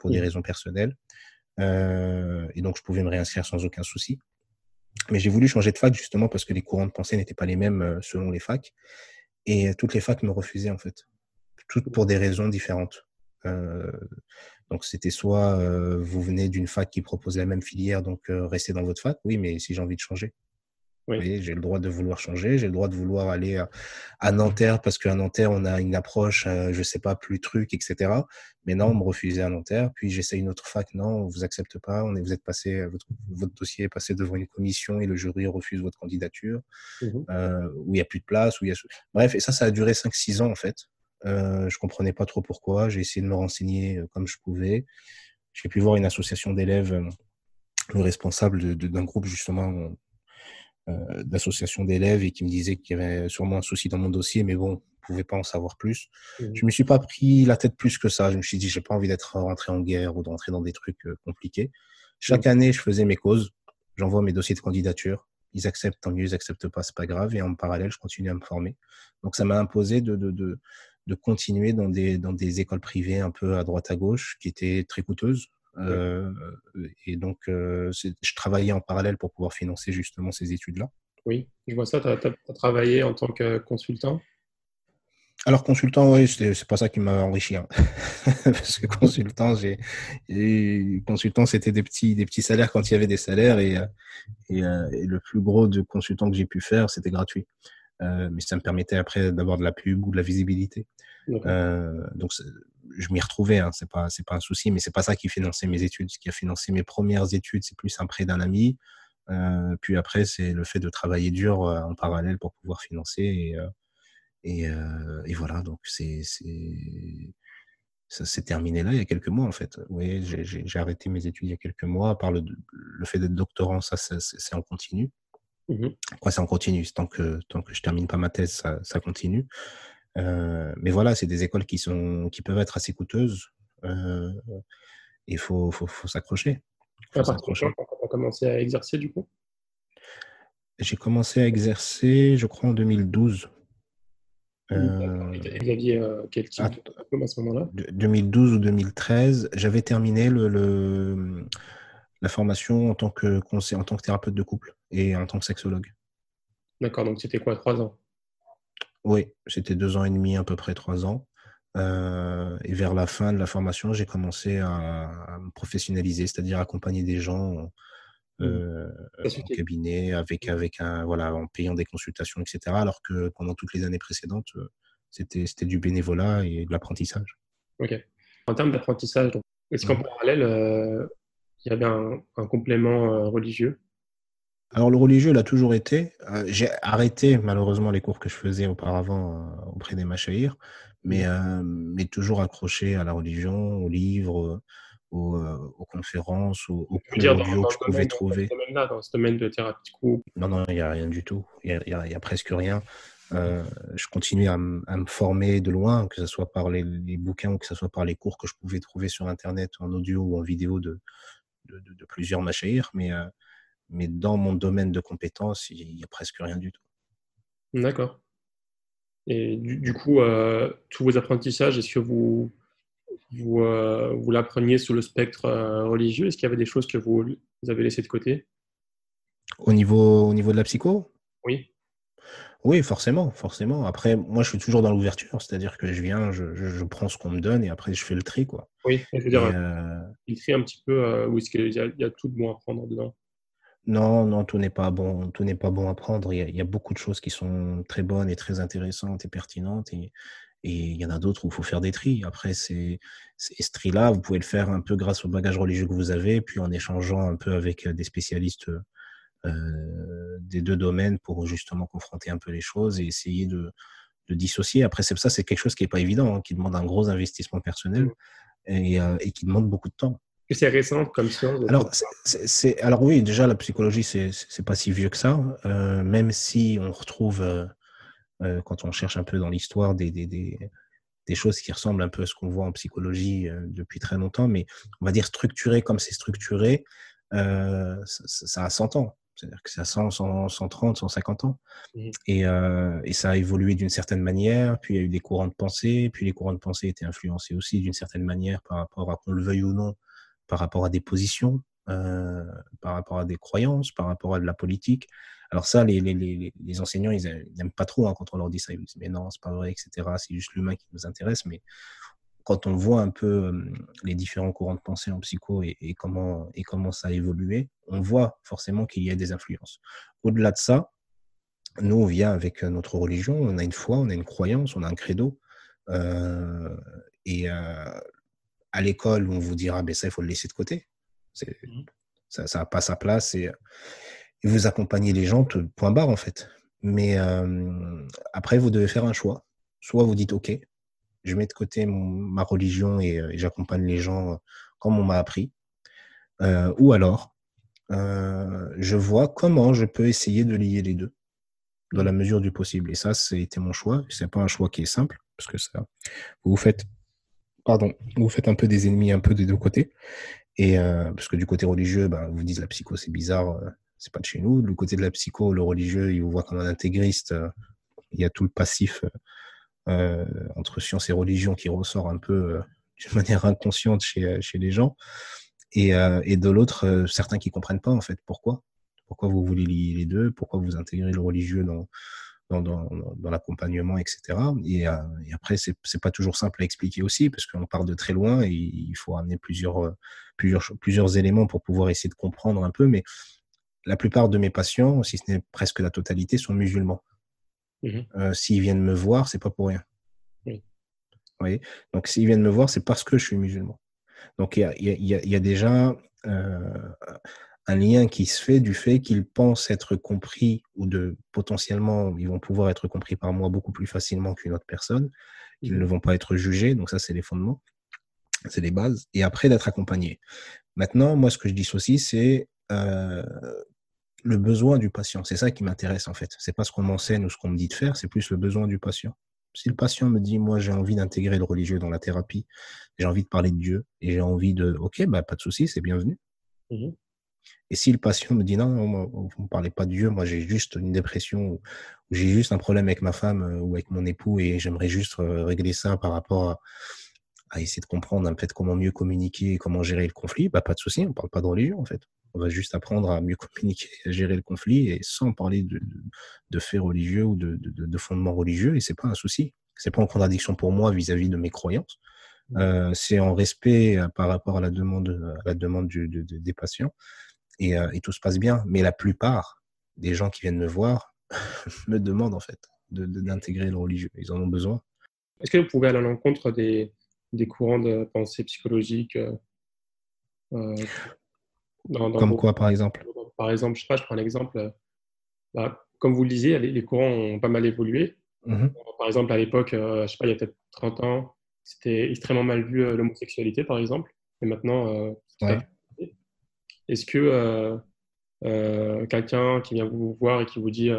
S1: pour des raisons personnelles. Et donc, je pouvais me réinscrire sans aucun souci. Mais j'ai voulu changer de fac justement parce que les courants de pensée n'étaient pas les mêmes selon les facs. Et toutes les facs me refusaient, en fait. Toutes pour des raisons différentes. Donc, c'était soit vous venez d'une fac qui propose la même filière, donc restez dans votre fac. Oui, mais si j'ai envie de changer. Vous
S2: Oui.
S1: voyez, j'ai le droit de vouloir changer, j'ai le droit de vouloir aller à Nanterre parce qu'à Nanterre, on a une approche, je sais pas, plus truc, etc. Mais non, on me refusait à Nanterre. Puis j'essaie une autre fac, non, on vous accepte pas. Vous êtes passé, votre dossier est passé devant une commission et le jury refuse votre candidature.
S2: Mhm.
S1: Où il y a plus de place, où il y a... Bref, et ça a duré 5-6 ans en fait. Je comprenais pas trop pourquoi. J'ai essayé de me renseigner comme je pouvais. J'ai pu voir une association d'élèves, le responsable d'un groupe justement d'association d'élèves et qui me disait qu'il y avait sûrement un souci dans mon dossier, mais bon, je pouvais pas en savoir plus.
S2: Mhm.
S1: Je me suis pas pris la tête plus que ça. Je me suis dit, j'ai pas envie d'être rentré en guerre ou de rentrer dans des trucs compliqués.
S2: Mhm.
S1: Chaque année, je faisais mes causes. J'envoie mes dossiers de candidature. Ils acceptent, tant mieux, ils acceptent pas, c'est pas grave. Et en parallèle, je continue à me former. Donc, ça m'a imposé de continuer dans des écoles privées un peu à droite à gauche, qui étaient très coûteuses.
S2: Oui.
S1: Et donc, je travaillais en parallèle pour pouvoir financer justement ces études-là.
S2: Oui, je vois ça. Tu as travaillé en tant que consultant.
S1: Alors, consultant, oui, c'est pas ça qui m'a enrichi, hein. Parce que consultant, c'était des petits salaires quand il y avait des salaires et le plus gros de consultant que j'ai pu faire, c'était gratuit. Mais ça me permettait après d'avoir de la pub ou de la visibilité.
S2: D'accord.
S1: Donc, je m'y retrouvais, hein, c'est pas un souci, mais c'est pas ça qui finançait mes études. Ce qui a financé mes premières études, c'est plus un prêt d'un ami. Puis après, c'est le fait de travailler dur en parallèle pour pouvoir financer et voilà. Donc ça s'est terminé là il y a quelques mois en fait. Oui, j'ai arrêté mes études il y a quelques mois. Par le fait d'être doctorant, ça c'est en continu.
S2: Mhm.
S1: Quoi, c'est en continu. Tant que je termine pas ma thèse, ça continue. Mais voilà, c'est des écoles qui peuvent être assez coûteuses. Il faut s'accrocher.
S2: À
S1: Faut
S2: partir de quand
S1: s'accrocher.
S2: tu as commencé à exercer du coup?
S1: J'ai commencé à exercer, je crois, en 2012.
S2: D'accord.
S1: Euh,
S2: Et vous aviez quel type
S1: à,
S2: de diplôme à ce moment-là?
S1: 2012 ou 2013, j'avais terminé la formation en tant que en tant que thérapeute de couple et en tant que sexologue.
S2: D'accord, donc c'était quoi, 3 ans?
S1: Oui, c'était 2 ans et demi, à peu près 3 ans. Et vers la fin de la formation, j'ai commencé à me professionnaliser, c'est-à-dire accompagner des gens
S2: Mhm. Ça
S1: en
S2: suffit.
S1: cabinet, voilà, en payant des consultations, etc. Alors que pendant toutes les années précédentes, c'était du bénévolat et de l'apprentissage.
S2: Ok. En termes d'apprentissage, donc, est-ce qu'en
S1: Mhm.
S2: parallèle, il y avait un complément religieux?
S1: Alors le religieux, il a toujours été. J'ai arrêté malheureusement les cours que je faisais auparavant auprès des machaïrs,
S2: Mhm.
S1: mais toujours accroché à la religion, aux livres, aux conférences, aux
S2: Je veux
S1: cours
S2: dire,
S1: audio
S2: dans
S1: que je pouvais
S2: dans ce
S1: trouver.
S2: domaine-là, dans ce domaine de thérapie de couple.
S1: Non, non, il n'y a rien du tout. Il y a presque rien. Je continue à me former de loin, que ce soit par les bouquins ou que ce soit par les cours que je pouvais trouver sur Internet, en audio ou en vidéo de plusieurs machaïrs, mais dans mon domaine de compétences, il y a presque rien du tout.
S2: D'accord. Et du coup, tous vos apprentissages, est-ce que vous l'appreniez sous le spectre religieux? Est-ce qu'il y avait des choses que vous avez laissées de côté?
S1: Au niveau de la psycho,
S2: Oui.
S1: oui, forcément, forcément. Après, moi, je suis toujours dans l'ouverture, c'est-à-dire que je viens, je prends ce qu'on me donne et après, je fais le tri, quoi.
S2: Oui, je veux dire,
S1: Et
S2: filtrer un petit peu, ou est-ce qu'il y a tout de bon à prendre dedans?
S1: non, non, tout n'est pas bon à prendre. Il y a beaucoup de choses qui sont très bonnes et très intéressantes et pertinentes et il y en a d'autres où il faut faire des tris. Après, ce tri-là, vous pouvez le faire un peu grâce au bagage religieux que vous avez, puis en échangeant un peu avec des spécialistes des deux domaines pour justement confronter un peu les choses et essayer de dissocier. Après, c'est ça, c'est quelque chose qui est pas évident, hein, qui demande un gros investissement personnel
S2: Mhm.
S1: et qui demande beaucoup de temps.
S2: Que c'est récent comme science, votre...
S1: Alors, alors oui, déjà la psychologie, c'est pas si vieux que ça, même si on retrouve quand on cherche un peu dans l'histoire des choses qui ressemblent un peu à ce qu'on voit en psychologie depuis très longtemps, mais on va dire structuré comme c'est structuré, ça a 100 ans. C'est-à-dire que c'est à 100, 100, 130, 150 ans.
S2: Mhm.
S1: Et ça a évolué d'une certaine manière, puis il y a eu des courants de pensée, puis les courants de pensée étaient influencés aussi d'une certaine manière par rapport à, qu'on le veuille ou non, par rapport à des positions, euh, par rapport à des croyances, par rapport à de la politique. Alors ça, les enseignants, ils n'aiment pas trop, hein, quand on leur dit ça. Ils disent, mais non, c'est pas vrai, etc. C'est juste l'humain qui nous intéresse. Mais quand on voit un peu les différents courants de pensée en psycho et comment ça a évolué, on voit forcément qu'il y a des influences. Au-delà de ça, nous, on vient avec notre religion, on a une foi, on a une croyance, on a un credo. Euh, et à l'école, on vous dira, ben ça, il faut le laisser de côté. C'est,
S2: Mhm.
S1: ça n'a pas sa place. Et vous accompagnez les gens, point barre, en fait. Mais après, vous devez faire un choix. Soit vous dites, OK, je mets de côté ma religion et j'accompagne les gens comme on m'a appris. Ou alors, je vois comment je peux essayer de lier les deux dans la
S2: Mhm.
S1: mesure du possible. Et ça, c'était mon choix. C'est pas un choix qui est simple parce que ça, vous faites, pardon, vous faites un peu des ennemis un peu des deux côtés. Et parce que du côté religieux, ben, vous dites la psycho, c'est bizarre, c'est pas de chez nous. Du côté de la psycho, le religieux, il vous voit comme un intégriste. Il y a tout le passif entre science et religion qui ressort un peu d'une manière inconsciente chez les gens. Et de l'autre, certains qui comprennent pas en fait pourquoi. Pourquoi vous voulez lier les deux, pourquoi vous intégrez le religieux dans l'accompagnement, etc. Et après, c'est pas toujours simple à expliquer aussi, parce qu'on part de très loin et il faut amener plusieurs éléments pour pouvoir essayer de comprendre un peu. Mais la plupart de mes patients, si ce n'est presque la totalité, sont musulmans.
S2: Mhm.
S1: S'ils viennent me voir, c'est pas pour rien.
S2: Oui.
S1: Vous voyez. Donc, s'ils viennent me voir, c'est parce que je suis musulman. Donc, il y a déjà un lien qui se fait du fait qu'ils pensent être compris ou de potentiellement, ils vont pouvoir être compris par moi beaucoup plus facilement qu'une autre personne, qu'ils ne
S2: Mhm.
S1: vont pas être jugés. Donc, ça, c'est les fondements, c'est les bases. Et après, d'être accompagné. Maintenant, moi, ce que je dissocie, c'est le besoin du patient. C'est ça qui m'intéresse, en fait. C'est pas ce qu'on m'enseigne ou ce qu'on me dit de faire, c'est plus le besoin du patient. Si le patient me dit, moi, j'ai envie d'intégrer le religieux dans la thérapie, j'ai envie de parler de Dieu et j'ai envie de, ok, bah, pas de souci, c'est bienvenu.
S2: Mhm.
S1: Et si le patient me dit, non, non, moi, vous ne me parlez pas de Dieu, moi, j'ai juste une dépression ou j'ai juste un problème avec ma femme ou avec mon époux et j'aimerais juste régler ça par rapport à essayer de comprendre en fait comment mieux communiquer et comment gérer le conflit, bah, pas de souci, on ne parle pas de religion en fait. On va juste apprendre à mieux communiquer, à gérer le conflit et sans parler de faits religieux ou de fondements religieux et c'est pas un souci. C'est pas en contradiction pour moi vis-à-vis de mes croyances. C'est en respect par rapport à la demande des patients et tout se passe bien. Mais la plupart des gens qui viennent me voir me demandent en fait d'intégrer le religieux. Ils en ont besoin.
S2: Est-ce que vous pouvez aller à l'encontre des courants de pensée psychologique euh, dans
S1: Comme
S2: vos...
S1: quoi, par exemple?
S2: Par exemple, je sais pas, je prends un exemple. Bah, comme vous le disiez, les courants ont pas mal évolué.
S1: Mhm.
S2: Par exemple, à l'époque, je sais pas, il y a peut-être 30 ans, c'était extrêmement mal vu l'homosexualité, par exemple. Et maintenant, c'est tout à
S1: Ouais.
S2: fait accepté. Est-ce que quelqu'un qui vient vous voir et qui vous dit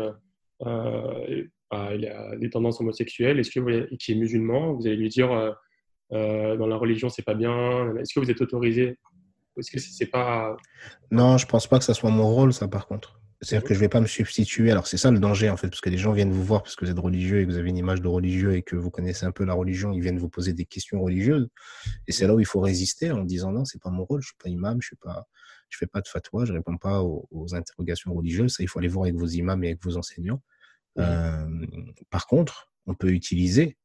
S2: il a des tendances homosexuelles, est-ce que et qui est musulman, vous allez lui dire dans la religion c'est pas bien, est-ce que vous êtes autorisé? Est-ce que c'est pas un-
S1: Non, je pense pas que ça soit mon rôle, ça, par contre. C'est-à-dire que
S2: Mhm.
S1: je vais pas me substituer. Alors, c'est ça le danger, en fait, parce que les gens viennent vous voir parce que vous êtes religieux et que vous avez une image de religieux et que vous connaissez un peu la religion, ils viennent vous poser des questions religieuses. Et c'est là où il faut résister en disant non, c'est pas mon rôle, je suis pas imam, je fais pas de fatwa, je réponds pas aux interrogations religieuses. Ça, il faut aller voir avec vos imams et avec vos enseignants.
S2: Mhm.
S1: Euh, Par contre, on peut utiliser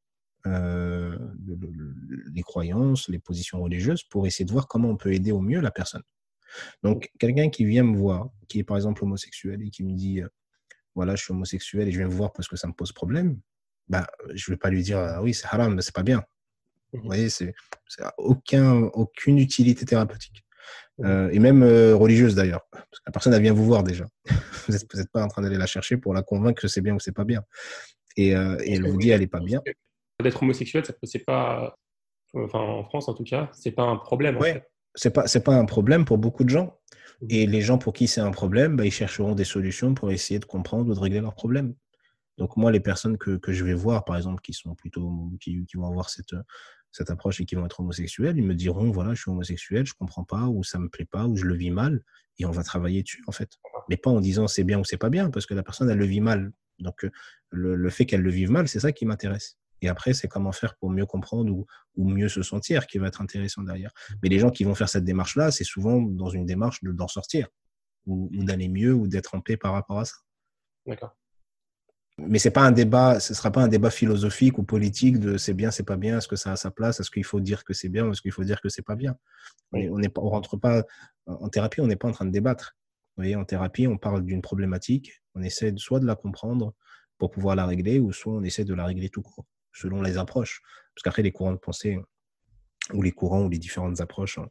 S1: les croyances, les positions religieuses pour essayer de voir comment on peut aider au mieux la personne. Donc, quelqu'un qui vient me voir, qui est par exemple homosexuel et qui me dit, voilà, je suis homosexuel et je viens me voir parce que ça me pose problème, bah, je vais pas lui dire, ah oui, c'est haram, mais c'est pas bien. Vous
S2: Mhm.
S1: voyez, c'est aucune utilité thérapeutique.
S2: Mhm.
S1: Et même religieuse d'ailleurs. Parce que la personne, elle vient vous voir déjà. Vous n'êtes pas en train d'aller la chercher pour la convaincre que c'est bien ou c'est pas bien. Et
S2: Est-ce
S1: elle
S2: que vous
S1: vous
S2: voulez
S1: dit, elle
S2: dire
S1: est pas bien.
S2: d'être homosexuel, c'est pas, enfin en France en tout cas, c'est pas un problème en
S1: Ouais,
S2: fait.
S1: c'est pas un problème pour beaucoup de gens.
S2: Mhm.
S1: Et les gens pour qui c'est un problème, bah, ils chercheront des solutions pour essayer de comprendre ou de régler leurs problèmes. Donc moi, les personnes que je vais voir, par exemple, qui sont plutôt qui vont avoir cette approche et qui vont être homosexuels, ils me diront voilà, je suis homosexuel, je comprends pas, ou ça me plaît pas, ou je le vis mal. et on va travailler dessus, en fait. Mais pas en disant c'est bien ou c'est pas bien, parce que la personne, elle le vit mal. Donc, le fait qu'elle le vive mal, c'est ça qui m'intéresse. Et après, c'est comment faire pour mieux comprendre ou mieux se sentir qui va être intéressant derrière. Mais les gens qui vont faire cette démarche-là, c'est souvent dans une démarche d'en sortir ou d'aller mieux ou d'être en paix par rapport à ça.
S2: D'accord.
S1: Mais c'est pas un débat, ce sera pas un débat philosophique ou politique de c'est bien, c'est pas bien, est-ce que ça a sa place, est-ce qu'il faut dire que c'est bien ou est-ce qu'il faut dire que c'est pas bien.
S2: Oui.
S1: On rentre pas en thérapie, on n'est pas en train de débattre. Vous voyez, en thérapie, on parle d'une problématique, on essaie soit de la comprendre pour pouvoir la régler, ou soit on essaie de la régler tout court, selon les approches. Parce qu'après, les courants de pensée ou les courants ou les différentes approches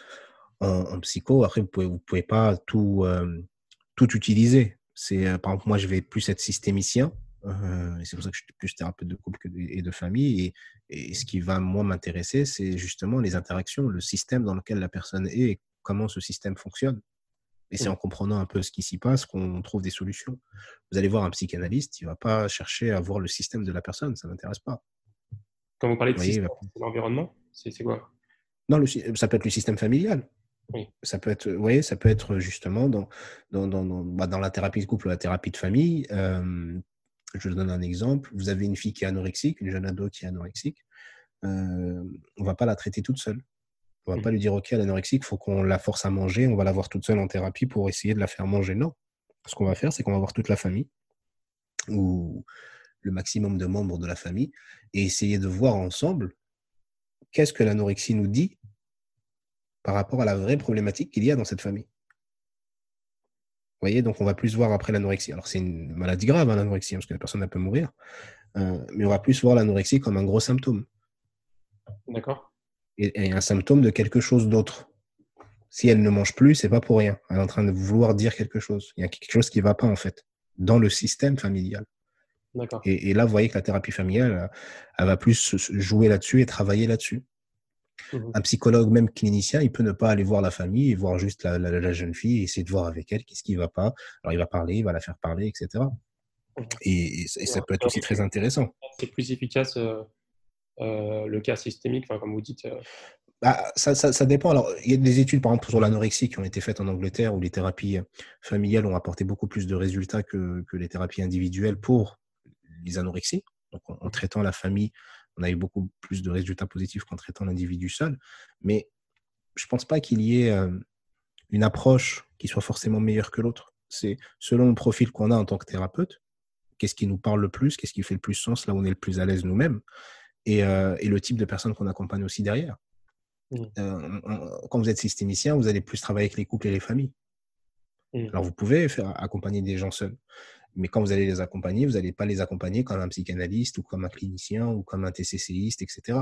S1: en psycho, après, vous pouvez pas tout utiliser. Par exemple, moi, je vais plus être systémicien. Et c'est pour ça que je suis plus thérapeute de couple et de famille. Et ce qui va, moi, m'intéresser, c'est justement les interactions, le système dans lequel la personne est et comment ce système fonctionne. Et c'est en comprenant un peu ce qui s'y passe qu'on trouve des solutions. Vous allez voir un psychanalyste, il ne va pas chercher à voir le système de la personne, ça ne l'intéresse pas.
S2: Quand vous parlez de
S1: Vous voyez,
S2: système, c'est l'environnement, c'est quoi?
S1: non, ça peut être le système familial.
S2: Oui.
S1: Ça peut être, ouais, ça peut être justement dans la thérapie de couple, la thérapie de famille. Je donne un exemple. Vous avez une fille qui est anorexique, une jeune ado qui est anorexique. On ne va pas la traiter toute seule. On ne va pas lui dire, OK, elle est anorexique, il faut qu'on la force à manger, on va la voir toute seule en thérapie pour essayer de la faire manger. Non. Ce qu'on va faire, c'est qu'on va voir toute la famille ou le maximum de membres de la famille et essayer de voir ensemble qu'est-ce que l'anorexie nous dit par rapport à la vraie problématique qu'il y a dans cette famille. Vous voyez, donc on va plus voir après l'anorexie. Alors c'est une maladie grave, hein, l'anorexie, parce que la personne peut mourir. Mais on va plus voir l'anorexie comme un gros symptôme.
S2: D'accord.
S1: Et un symptôme de quelque chose d'autre. Si elle ne mange plus, c'est pas pour rien. Elle est en train de vouloir dire quelque chose. Il y a quelque chose qui ne va pas, en fait, dans le système familial.
S2: D'accord.
S1: Et là, vous voyez que la thérapie familiale, elle va plus jouer là-dessus et travailler là-dessus. Un psychologue, même clinicien, il peut ne pas aller voir la famille et voir juste la jeune fille et essayer de voir avec elle qu'est-ce qui ne va pas. Alors, il va parler, il va la faire parler, etc. Et ça peut être aussi très intéressant.
S2: C'est plus efficace le cas systémique, enfin, comme vous dites.
S1: Bah, ça dépend. Alors, il y a des études, par exemple, sur l'anorexie qui ont été faites en Angleterre où les thérapies familiales ont apporté beaucoup plus de résultats que les thérapies individuelles pour les anorexies. Donc, en traitant la famille, on a eu beaucoup plus de résultats positifs qu'en traitant l'individu seul. Mais je ne pense pas qu'il y ait une approche qui soit forcément meilleure que l'autre. C'est selon le profil qu'on a en tant que thérapeute, qu'est-ce qui nous parle le plus, qu'est-ce qui fait le plus sens, là où on est le plus à l'aise nous-mêmes, et le type de personnes qu'on accompagne aussi derrière. Quand vous êtes systémicien, vous allez plus travailler avec les couples et les familles. Alors, vous pouvez accompagner des gens seuls, mais quand vous allez les accompagner, vous n'allez pas les accompagner comme un psychanalyste ou comme un clinicien ou comme un TCCiste, etc.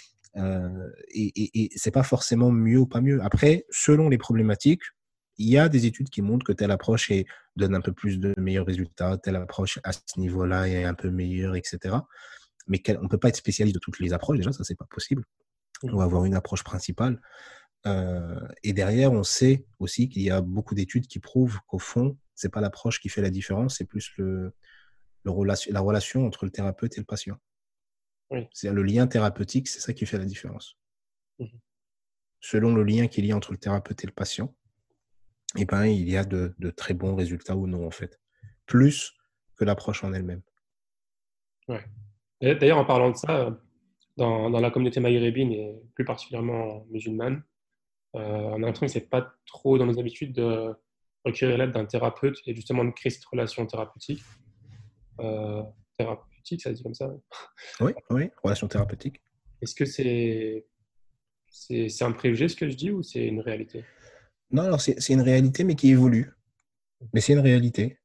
S1: Et ce n'est pas forcément mieux ou pas mieux. Après, selon les problématiques, il y a des études qui montrent que telle approche donne un peu plus de meilleurs résultats, telle approche à ce niveau-là est un peu meilleure, etc. Mais on ne peut pas être spécialiste de toutes les approches, déjà, ça, ce n'est pas possible. On va avoir une approche principale. Et derrière, on sait aussi qu'il y a beaucoup d'études qui prouvent qu'au fond, ce n'est pas l'approche qui fait la différence, c'est plus la relation entre le thérapeute et le patient.
S2: Oui.
S1: C'est le lien thérapeutique, c'est ça qui fait la différence.
S2: Mhm.
S1: Selon le lien qu'il y a entre le thérapeute et le patient, eh ben, il y a de très bons résultats ou non, en fait. Plus que l'approche en elle-même.
S2: Ouais. D'ailleurs, en parlant de ça, dans la communauté maghrébine et plus particulièrement musulmane, on a l'impression que c'est pas trop dans nos habitudes de requérir l'aide d'un thérapeute et justement de créer cette relation thérapeutique. Thérapeutique, ça se dit comme ça.
S1: Oui, oui, relation thérapeutique.
S2: Est-ce que c'est un préjugé ce que je dis ou c'est une réalité?
S1: Non, alors c'est une réalité, mais qui évolue. Mais c'est une réalité.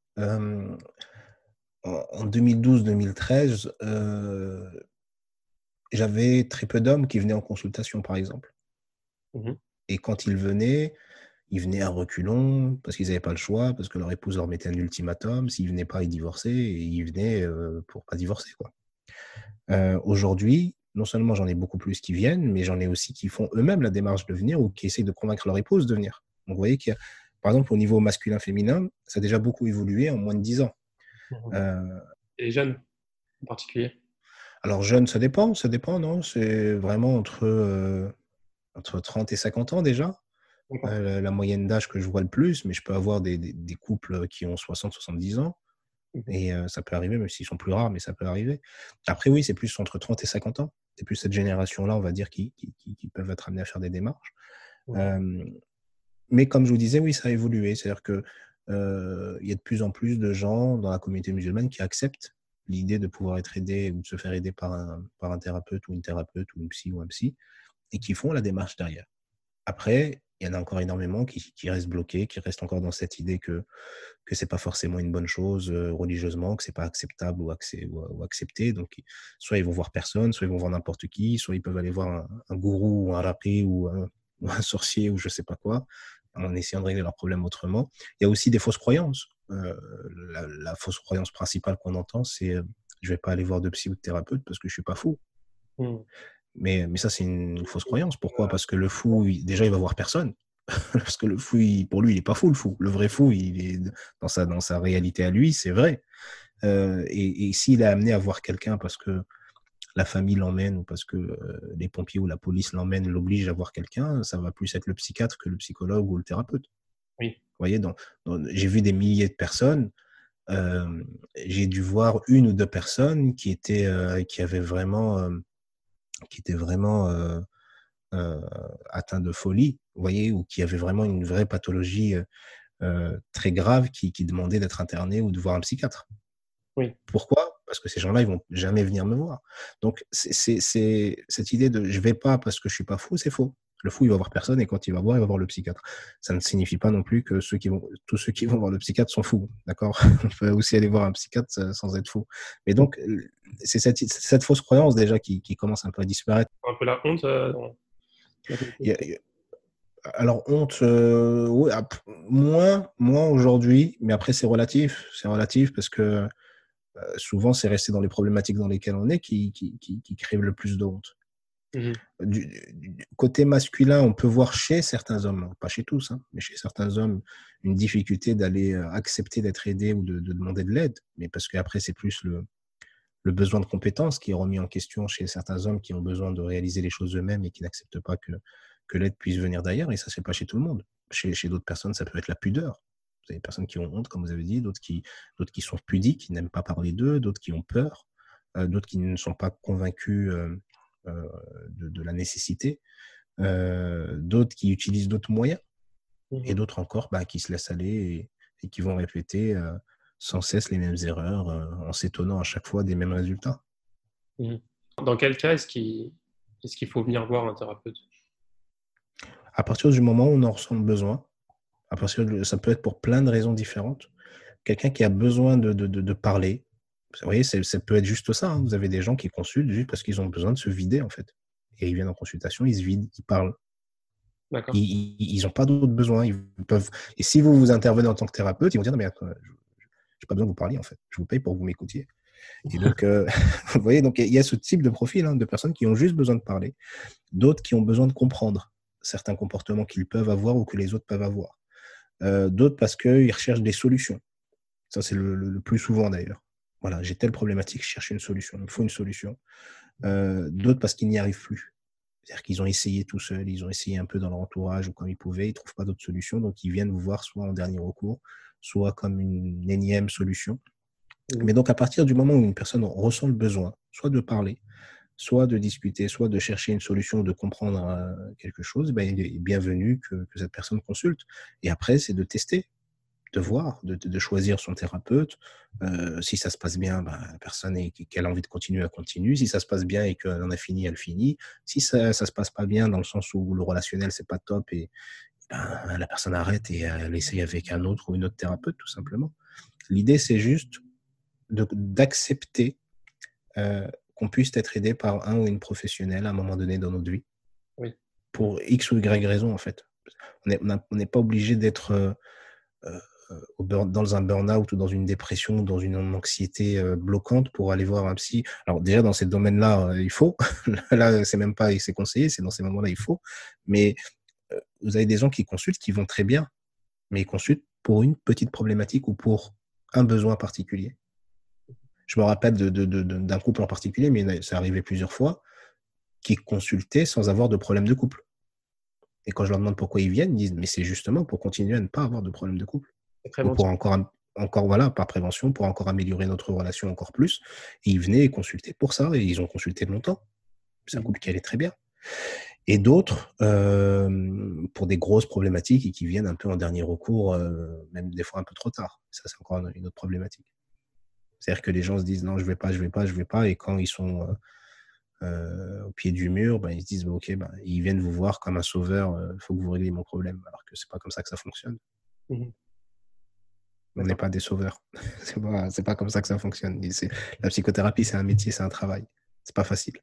S1: En 2012-2013, j'avais très peu d'hommes qui venaient en consultation, par exemple.
S2: Mhm.
S1: Et quand ils venaient à reculons parce qu'ils n'avaient pas le choix, parce que leur épouse leur mettait un ultimatum. S'ils ne venaient pas, ils divorçaient et ils venaient pour pas divorcer, quoi. Aujourd'hui, non seulement j'en ai beaucoup plus qui viennent, mais j'en ai aussi qui font eux-mêmes la démarche de venir ou qui essayent de convaincre leur épouse de venir. Donc, vous voyez qu'il y a, par exemple, au niveau masculin-féminin, ça a déjà beaucoup évolué en moins de 10 ans.
S2: Mhm.
S1: Euh,
S2: Et les jeunes en particulier?
S1: alors, jeune, ça dépend, non? C'est vraiment entre 30 et 50 ans déjà.
S2: D'accord.
S1: la moyenne d'âge que je vois le plus, mais je peux avoir des couples qui ont 60-70 ans.
S2: Mhm.
S1: Et ça peut arriver, même s'ils sont plus rares, mais ça peut arriver. Après, oui, c'est plus entre 30 et 50 ans. C'est plus cette génération-là, on va dire, qui peuvent être amenés à faire des démarches.
S2: Mhm.
S1: Euh, mais comme je vous disais, oui, ça a évolué. C'est-à-dire que il y a de plus en plus de gens dans la communauté musulmane qui acceptent l'idée de pouvoir être aidé ou de se faire aider par un thérapeute ou une thérapeute ou une psy ou un psy et qui font la démarche derrière. Après, il y en a encore énormément qui restent bloqués, qui restent encore dans cette idée que c'est pas forcément une bonne chose religieusement, que c'est pas acceptable ou accepté. Donc, soit ils vont voir personne, soit ils vont voir n'importe qui, soit ils peuvent aller voir un gourou ou un raqi ou un sorcier ou je sais pas quoi, en essayant de régler leurs problèmes autrement. Il y a aussi des fausses croyances. La fausse croyance principale qu'on entend, c'est je vais pas aller voir de psy ou de thérapeute parce que je suis pas fou.
S2: Mhm.
S1: Mais ça, c'est une fausse croyance. Pourquoi? Parce que le fou, déjà, il va voir personne. Parce que le fou, pour lui, il n'est pas fou, le fou. Le vrai fou, il est dans sa réalité à lui, c'est vrai. Et s'il est amené à voir quelqu'un parce que la famille l'emmène ou parce que les pompiers ou la police l'emmènent, l'obligent à voir quelqu'un, ça va plus être le psychiatre que le psychologue ou le thérapeute.
S2: Oui.
S1: Vous voyez, j'ai vu des milliers de personnes. J'ai dû voir une ou deux personnes qui étaient vraiment euh, atteints de folie, vous voyez, ou qui avaient vraiment une vraie pathologie très grave qui demandait d'être internés ou de voir un psychiatre.
S2: Oui.
S1: Pourquoi? Parce que ces gens-là, ils vont jamais venir me voir. Donc, c'est cette idée de je vais pas parce que je suis pas fou, c'est faux. Le fou, il va voir personne et quand il va voir, il va voir le psychiatre. Ça ne signifie pas non plus que tous ceux qui vont voir le psychiatre sont fous, d'accord? On peut aussi aller voir un psychiatre sans être fou. Mais donc, c'est cette fausse croyance déjà qui commence un peu à disparaître.
S2: Un peu la honte dans la
S1: Il y
S2: communauté.
S1: a, Alors, honte, oui, moins aujourd'hui, mais après, c'est relatif. C'est relatif parce que souvent, c'est rester dans les problématiques dans lesquelles on est qui crée le plus de honte.
S2: Mhm.
S1: Du côté masculin, on peut voir chez certains hommes, pas chez tous, hein, mais chez certains hommes, une difficulté d'aller accepter d'être aidé ou de demander de l'aide. Mais parce qu'après, c'est plus le besoin de compétences qui est remis en question chez certains hommes qui ont besoin de réaliser les choses eux-mêmes et qui n'acceptent pas que l'aide puisse venir d'ailleurs. Et ça, c'est pas chez tout le monde. Chez d'autres personnes, ça peut être la pudeur. Vous avez des personnes qui ont honte, comme vous avez dit, d'autres qui sont pudiques, qui n'aiment pas parler d'eux, d'autres qui ont peur, d'autres qui ne sont pas convaincus euh, de la nécessité, d'autres qui utilisent d'autres moyens, et
S2: Mhm.
S1: d'autres encore qui se laissent aller et qui vont répéter sans cesse les mêmes erreurs en s'étonnant à chaque fois des mêmes résultats.
S2: Mhm. Dans quel cas est-ce qu'il faut venir voir un thérapeute?
S1: À partir du moment où on en ressent le besoin, ça peut être pour plein de raisons différentes. Quelqu'un qui a besoin de parler, vous voyez, ça peut être juste ça. Hein. Vous avez des gens qui consultent juste parce qu'ils ont besoin de se vider, en fait. Et ils viennent en consultation, ils se vident, ils parlent.
S2: D'accord.
S1: Ils n'ont pas d'autres besoins. Ils peuvent... Et si vous intervenez en tant que thérapeute, ils vont dire, non, mais attends, je n'ai pas besoin de vous parler, en fait. Je vous paye pour que vous m'écoutiez. Et donc, vous voyez, donc il y a ce type de profil de personnes qui ont juste besoin de parler, d'autres qui ont besoin de comprendre certains comportements qu'ils peuvent avoir ou que les autres peuvent avoir. D'autres parce qu'ils recherchent des solutions. Ça, c'est le plus souvent d'ailleurs. Voilà, j'ai telle problématique, je cherche une solution, il me faut une solution. D'autres parce qu'ils n'y arrivent plus. C'est-à-dire qu'ils ont essayé tout seuls, ils ont essayé un peu dans leur entourage ou comme ils pouvaient, ils ne trouvent pas d'autres solutions, donc ils viennent vous voir soit en dernier recours, soit comme une énième solution.
S2: Mhm.
S1: Mais donc, à partir du moment où une personne ressent le besoin, soit de parler, soit de discuter, soit de chercher une solution, de comprendre quelque chose, il est bienvenu que cette personne consulte. Et après, c'est de tester, de voir, de choisir son thérapeute. Si ça se passe bien, la personne qu'elle a envie de continuer, elle continue. Si ça se passe bien et qu'elle en a fini, elle finit. Si ça ne se passe pas bien, dans le sens où le relationnel, c'est pas top, et la personne arrête et elle essaye avec un autre ou une autre thérapeute, tout simplement. L'idée, c'est juste d'accepter qu'on puisse être aidé par un ou une professionnelle à un moment donné dans notre vie,
S2: Oui.
S1: pour X ou Y raison, en fait. On n'est pas obligé d'être euh, dans un burn-out ou dans une dépression ou dans une anxiété bloquante pour aller voir un psy. Alors déjà, dans ces domaines-là, il faut. Là, c'est même pas c'est conseillé, c'est dans ces moments-là, il faut. Mais vous avez des gens qui consultent, qui vont très bien, mais ils consultent pour une petite problématique ou pour un besoin particulier. Je me rappelle d'un couple en particulier, mais ça arrivait plusieurs fois, qui consultait sans avoir de problème de couple. Et quand je leur demande pourquoi ils viennent, ils disent, mais c'est justement pour continuer à ne pas avoir de problème de couple.
S2: C'est
S1: Ou pour
S2: préventif.
S1: encore, voilà, par prévention, pour encore améliorer notre relation encore plus. Et ils venaient consulter pour ça, et ils ont consulté longtemps. C'est un
S2: Mhm.
S1: couple qui allait très bien. Et d'autres, pour des grosses problématiques et qui viennent un peu en dernier recours, même des fois un peu trop tard. Ça, c'est encore une autre problématique. C'est-à-dire que les gens se disent non, je vais pas, je vais pas, je vais pas. Et quand ils sont au pied du mur, ben, ils se disent ok, ben, ils viennent vous voir comme un sauveur, il faut que vous régliez mon problème. Alors que c'est pas comme ça que ça fonctionne.
S2: Mhm.
S1: On n'est
S2: D'accord.
S1: pas des sauveurs. C'est pas comme ça que ça fonctionne. La psychothérapie, c'est un métier, c'est un travail. C'est pas facile.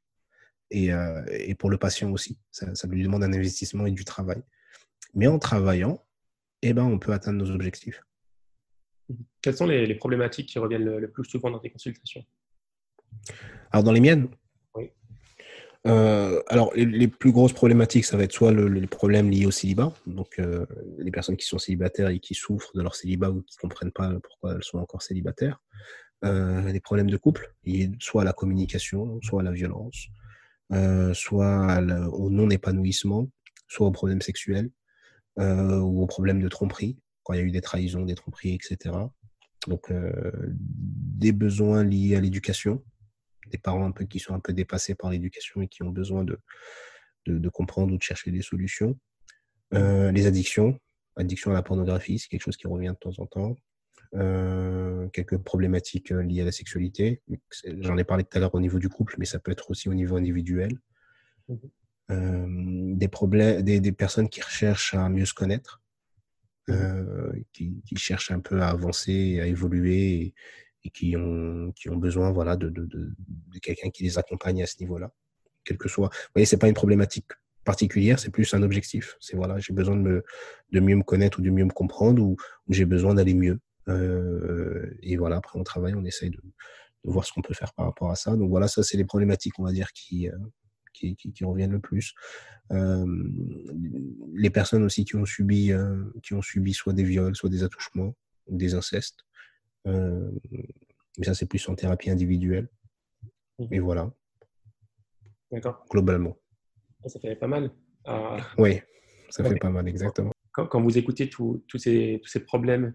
S1: Et pour le patient aussi, ça lui demande un investissement et du travail. Mais en travaillant, eh ben, on peut atteindre nos objectifs.
S2: Mhm. Quelles sont les problématiques qui reviennent le plus souvent dans tes consultations?
S1: Alors, dans les miennes,
S2: Oui.
S1: alors les plus grosses problématiques, ça va être soit les problèmes liés au célibat, donc les personnes qui sont célibataires et qui souffrent de leur célibat ou qui ne comprennent pas pourquoi elles sont encore célibataires. Les problèmes de couple, liés soit à la communication, soit à la violence, soit au non-épanouissement, soit aux problèmes sexuels, ou aux problèmes de tromperie, quand il y a eu des trahisons, des tromperies, etc. Donc, des besoins liés à l'éducation, des parents un peu qui sont un peu dépassés par l'éducation et qui ont besoin de comprendre ou de chercher des solutions.
S2: Mhm.
S1: Les addictions, addiction à la pornographie, c'est quelque chose qui revient de temps en temps. Quelques problématiques liées à la sexualité. J'en ai parlé tout à l'heure au niveau du couple, mais ça peut être aussi au niveau individuel.
S2: Mhm.
S1: Des problèmes, des personnes qui recherchent à mieux se connaître,
S2: Mhm.
S1: qui cherchent un peu à avancer, à évoluer et qui ont besoin voilà, de quelqu'un qui les accompagne à ce niveau-là. Quel que soit. Vous voyez, c'est pas une problématique particulière, c'est plus un objectif. C'est voilà, j'ai besoin de mieux me connaître ou de mieux me comprendre ou j'ai besoin d'aller mieux. Et voilà, après on travaille, on essaye de voir ce qu'on peut faire par rapport à ça. Donc voilà, ça c'est les problématiques, on va dire, qui reviennent le plus. Euh, les personnes aussi qui ont subi soit des viols, soit des attouchements, ou des incestes. Euh, mais ça c'est plus en thérapie individuelle. Et
S2: Mhm.
S1: voilà,
S2: D'accord.
S1: globalement.
S2: Ça fait pas mal. Euh,
S1: Oui, ça fait pas mal, exactement.
S2: quand vous écoutez tous ces problèmes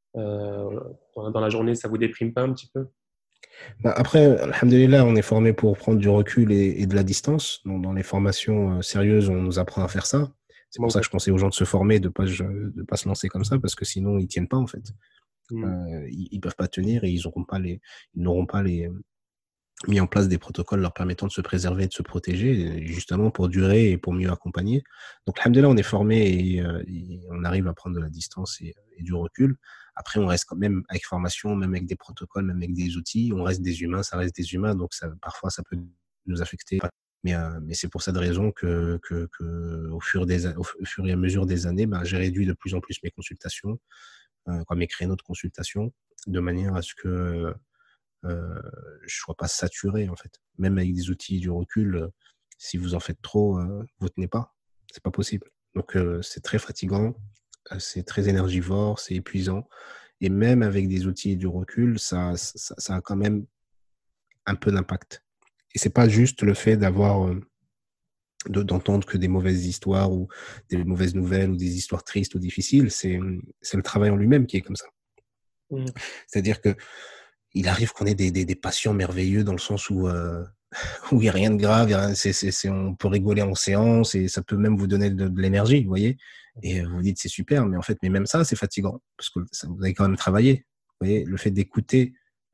S2: dans la journée, ça vous déprime pas un petit peu?
S1: Bah, après, alhamdoulilah, on est formé pour prendre du recul et de la distance. Donc, dans les formations sérieuses, on nous apprend à faire ça. C'est
S2: Comment
S1: pour
S2: vous
S1: ça que
S2: faites?
S1: je conseille aux gens de se former, de pas se lancer comme ça, parce que sinon, ils tiennent pas, en fait.
S2: Mhm.
S1: Ils peuvent pas tenir et ils n'auront pas mis en place des protocoles leur permettant de se préserver et de se protéger, justement pour durer et pour mieux accompagner. Donc, alhamdoulilah, on est formé et on arrive à prendre de la distance et du recul. Après, on reste quand même avec formation, même avec des protocoles, même avec des outils. On reste des humains, ça reste des humains, donc parfois ça peut nous affecter. Mais c'est pour cette raison au fur et à mesure des années, ben, j'ai réduit de plus en plus mes consultations, mes créneaux de consultation, de manière à ce que je sois pas saturé en fait. Même avec des outils et du recul, si vous en faites trop, vous tenez pas. C'est pas possible. Donc c'est très fatigant, c'est très énergivore, c'est épuisant. Et même avec des outils et du recul, ça a quand même un peu d'impact. Et c'est pas juste le fait d'entendre que des mauvaises histoires ou des mauvaises nouvelles ou des histoires tristes ou difficiles, c'est le travail en lui-même qui est comme ça.
S2: Mhm.
S1: C'est-à-dire que il arrive qu'on ait des patients merveilleux dans le sens où il n'y a rien de grave, on peut rigoler en séance et ça peut même vous donner de l'énergie, vous voyez. Et vous dites c'est super, mais en fait, mais même ça, c'est fatigant parce que vous avez quand même travaillé. Vous voyez, le fait d'écouter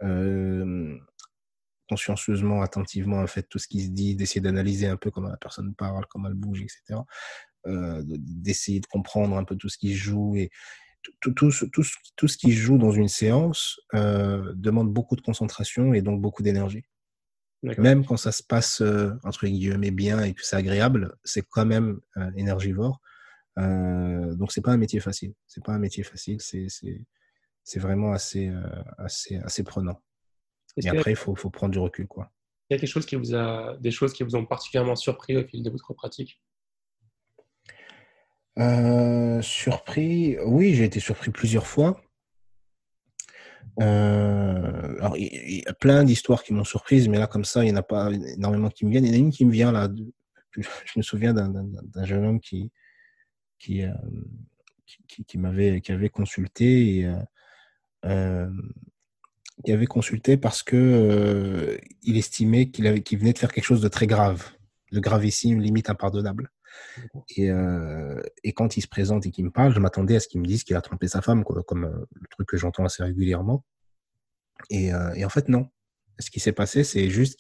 S1: consciencieusement, attentivement, en fait, tout ce qui se dit, d'essayer d'analyser un peu comment la personne parle, comment elle bouge, etc. D'essayer de comprendre un peu tout ce qui se joue et tout ce qui se joue dans une séance demande beaucoup de concentration et donc beaucoup d'énergie.
S2: D'accord.
S1: Même quand ça se passe entre guillemets bien et que c'est agréable, c'est quand même énergivore. Donc c'est pas un métier facile. C'est pas un métier facile. C'est vraiment assez prenant.
S2: Est-ce
S1: Mais
S2: qu'il y a
S1: après, faut prendre du recul, quoi.
S2: quelque chose des choses qui vous ont particulièrement surpris au fil de votre pratique?
S1: Surpris, oui, j'ai été surpris plusieurs fois. Alors, il y a plein d'histoires qui m'ont surprise, mais là, comme ça, il n'y en a pas énormément qui me viennent. Il y en a une qui me vient là. Je me souviens d'un jeune homme qui, qui avait consulté euh, qui avait consulté parce que il estimait qu'il venait de faire quelque chose de très grave, de gravissime, limite impardonnable. Et quand il se présente et qu'il me parle, je m'attendais à ce qu'il me dise qu'il a trompé sa femme, quoi, comme le truc que j'entends assez régulièrement. Et en fait, non. Ce qui s'est passé, c'est juste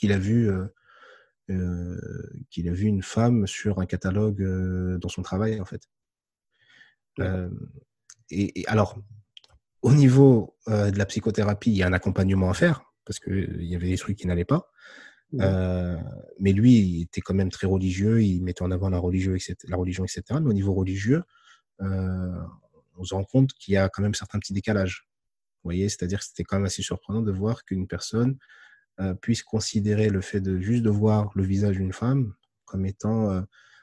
S1: qu'il a vu une femme sur un catalogue dans son travail, en fait. Euh, et alors, au niveau de la psychothérapie, il y a un accompagnement à faire, parce qu'il y avait des trucs qui n'allaient pas. Mais lui, il était quand même très religieux, il mettait en avant la religion, etc. Mais au niveau religieux, on se rend compte qu'il y a quand même certains petits décalages. Vous voyez, c'est-à-dire que c'était quand même assez surprenant de voir qu'une personne puisse considérer le fait de juste de voir le visage d'une femme comme étant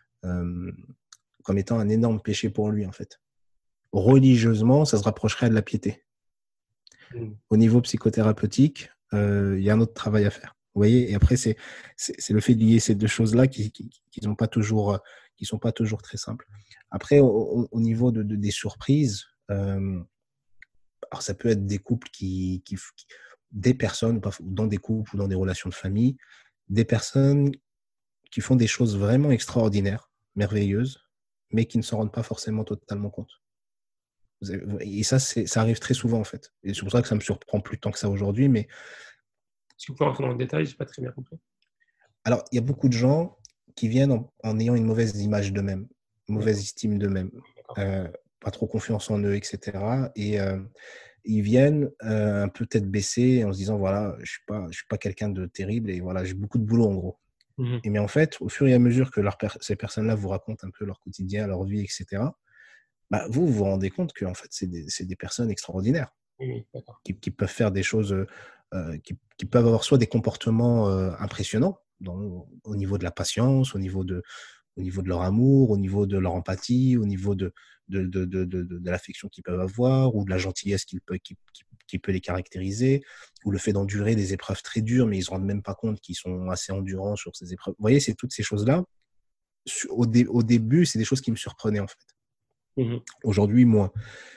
S1: un énorme péché pour lui, en fait. Religieusement, ça se rapprocherait de la piété. Au niveau psychothérapeutique, il y a un autre travail à faire. Vous voyez, et après, c'est le fait de lier ces deux choses-là qui sont pas toujours très simples. Après, au niveau des surprises, alors ça peut être des couples des personnes, dans des couples ou dans des relations de famille, des personnes qui font des choses vraiment extraordinaires, merveilleuses, mais qui ne s'en rendent pas forcément totalement compte. Et ça arrive très souvent, en fait. Et c'est pour ça que ça me surprend plus tant que ça aujourd'hui. Mais
S2: Est-ce que vous pouvez rentrer dans le détail? Je n'ai pas très bien compris.
S1: alors, il y a beaucoup de gens qui viennent en ayant une mauvaise image d'eux-mêmes, une mauvaise estime d'eux-mêmes, pas trop confiance en eux, etc. Et ils viennent un peu tête baissée en se disant, voilà, je suis pas quelqu'un de terrible et voilà, j'ai beaucoup de boulot, en gros. Et mais en fait, au fur et à mesure que ces personnes-là vous racontent un peu leur quotidien, leur vie, etc., bah, vous vous rendez compte que en fait, c'est des personnes extraordinaires qui peuvent faire des choses, qui peuvent avoir soit des comportements impressionnants au niveau de la patience, au niveau de leur amour, au niveau de leur empathie, au niveau de l'affection qu'ils peuvent avoir, ou de la gentillesse qui peut les caractériser, ou le fait d'endurer des épreuves très dures, mais ils ne se rendent même pas compte qu'ils sont assez endurants sur ces épreuves. Vous voyez, c'est toutes ces choses-là. Au début, c'est des choses qui me surprenaient, en fait. Aujourd'hui, moins.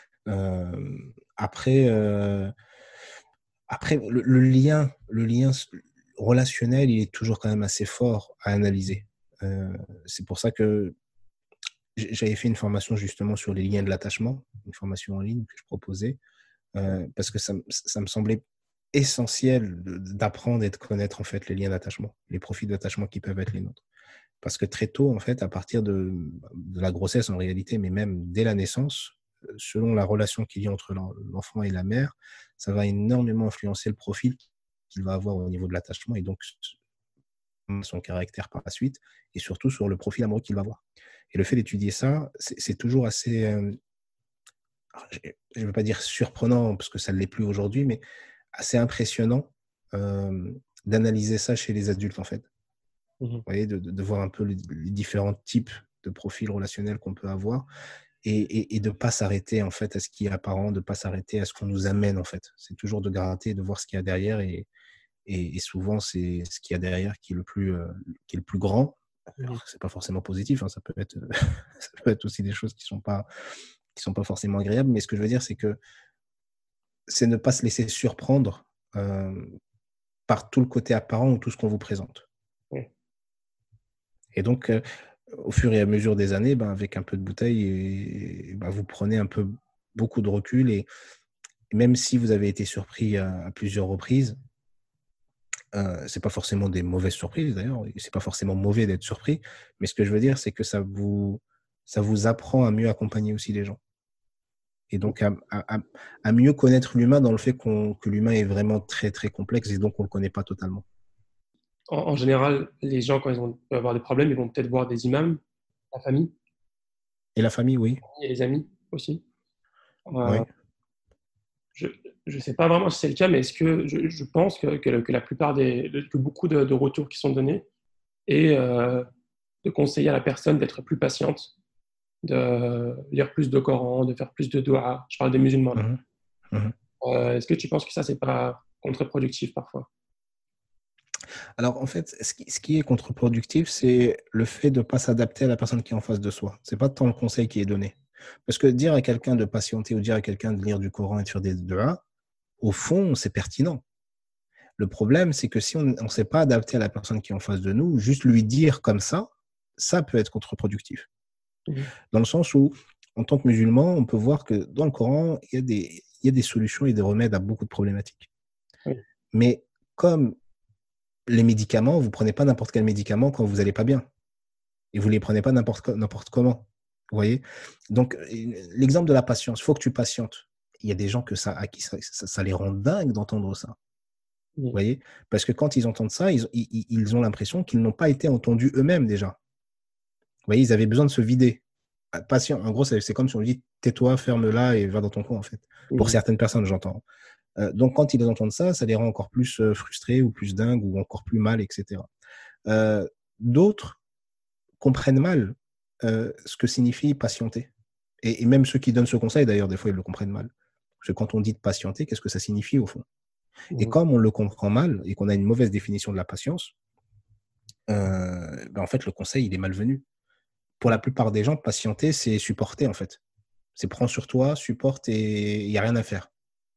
S1: Après, le lien relationnel, il est toujours quand même assez fort à analyser. C'est pour ça que j'avais fait une formation justement sur les liens de l'attachement, une formation en ligne que je proposais, parce que ça me semblait essentiel d'apprendre et de connaître en fait les liens d'attachement, les profils d'attachement qui peuvent être les nôtres. Parce que très tôt, en fait, à partir de la grossesse en réalité, mais même dès la naissance, selon la relation qu'il y a entre l'enfant et la mère, ça va énormément influencer le profil qu'il va avoir au niveau de l'attachement et donc son caractère par la suite et surtout sur le profil amoureux qu'il va avoir. Et le fait d'étudier ça, c'est toujours assez, je ne veux pas dire surprenant parce que ça ne l'est plus aujourd'hui, mais assez impressionnant d'analyser ça chez les adultes en fait. Vous voyez, de voir un peu les différents types de profils relationnels qu'on peut avoir et de ne pas s'arrêter en fait à ce qui est apparent, de ne pas s'arrêter à ce qu'on nous amène en fait. C'est toujours de gratter, de voir ce qu'il y a derrière et souvent c'est ce qu'il y a derrière qui est le plus grand. Alors, c'est pas forcément positif, hein, ça peut être aussi des choses qui sont pas forcément agréables, mais ce que je veux dire c'est que c'est ne pas se laisser surprendre par tout le côté apparent ou tout ce qu'on vous présente. Et donc, au fur et à mesure des années, avec un peu de bouteille, vous prenez beaucoup de recul et même si vous avez été surpris à plusieurs reprises, c'est pas forcément des mauvaises surprises d'ailleurs, c'est pas forcément mauvais d'être surpris, mais ce que je veux dire, c'est que ça vous apprend à mieux accompagner aussi les gens. Et donc à mieux connaître l'humain dans le fait que l'humain est vraiment très très complexe et donc on le connaît pas totalement.
S2: En général, les gens, quand ils peuvent avoir des problèmes, ils vont peut-être voir des imams, la famille.
S1: Et la famille, oui.
S2: Et les amis aussi.
S1: Oui.
S2: Je ne sais pas vraiment si c'est le cas, mais est-ce que je pense que la plupart que beaucoup de retours qui sont donnés et de conseiller à la personne d'être plus patiente, de lire plus de Coran, de faire plus de doigts. Je parle des musulmans. Est-ce que tu penses que ça, c'est pas contre-productif parfois?
S1: Alors, en fait, ce qui est contre-productif, c'est le fait de ne pas s'adapter à la personne qui est en face de soi. Ce n'est pas tant le conseil qui est donné. Parce que dire à quelqu'un de patienter ou dire à quelqu'un de lire du Coran et de faire des du'a, au fond, c'est pertinent. Le problème, c'est que si on ne s'est pas adapté à la personne qui est en face de nous, juste lui dire comme ça peut être contre-productif.
S2: Mhm.
S1: Dans le sens où, en tant que musulman, on peut voir que dans le Coran, il y a des solutions et des remèdes à beaucoup de problématiques.
S2: Oui.
S1: Mais comme les médicaments, vous ne prenez pas n'importe quel médicament quand vous n'allez pas bien. Et vous ne les prenez pas n'importe comment. Vous voyez? Donc, l'exemple de la patience, il faut que tu patientes. Il y a des gens à qui ça les rend dingues d'entendre ça. Vous
S2: Mhm.
S1: voyez? Parce que quand ils entendent ça, ils ont l'impression qu'ils n'ont pas été entendus eux-mêmes déjà. Vous voyez, ils avaient besoin de se vider. Patient, en gros, c'est comme si on dit tais-toi, ferme-la et va dans ton coin, en fait. Pour
S2: Mhm.
S1: certaines personnes, j'entends. Donc, quand ils entendent ça, ça les rend encore plus frustrés ou plus dingues ou encore plus mal, etc. D'autres comprennent mal ce que signifie patienter. Et même ceux qui donnent ce conseil, d'ailleurs, des fois, ils le comprennent mal. Parce que quand on dit de patienter, qu'est-ce que ça signifie au fond? Et
S2: Mhm.
S1: comme on le comprend mal et qu'on a une mauvaise définition de la patience, en fait, le conseil, il est malvenu. Pour la plupart des gens, patienter, c'est supporter, en fait. C'est prendre sur toi, supporte et il n'y a rien à faire.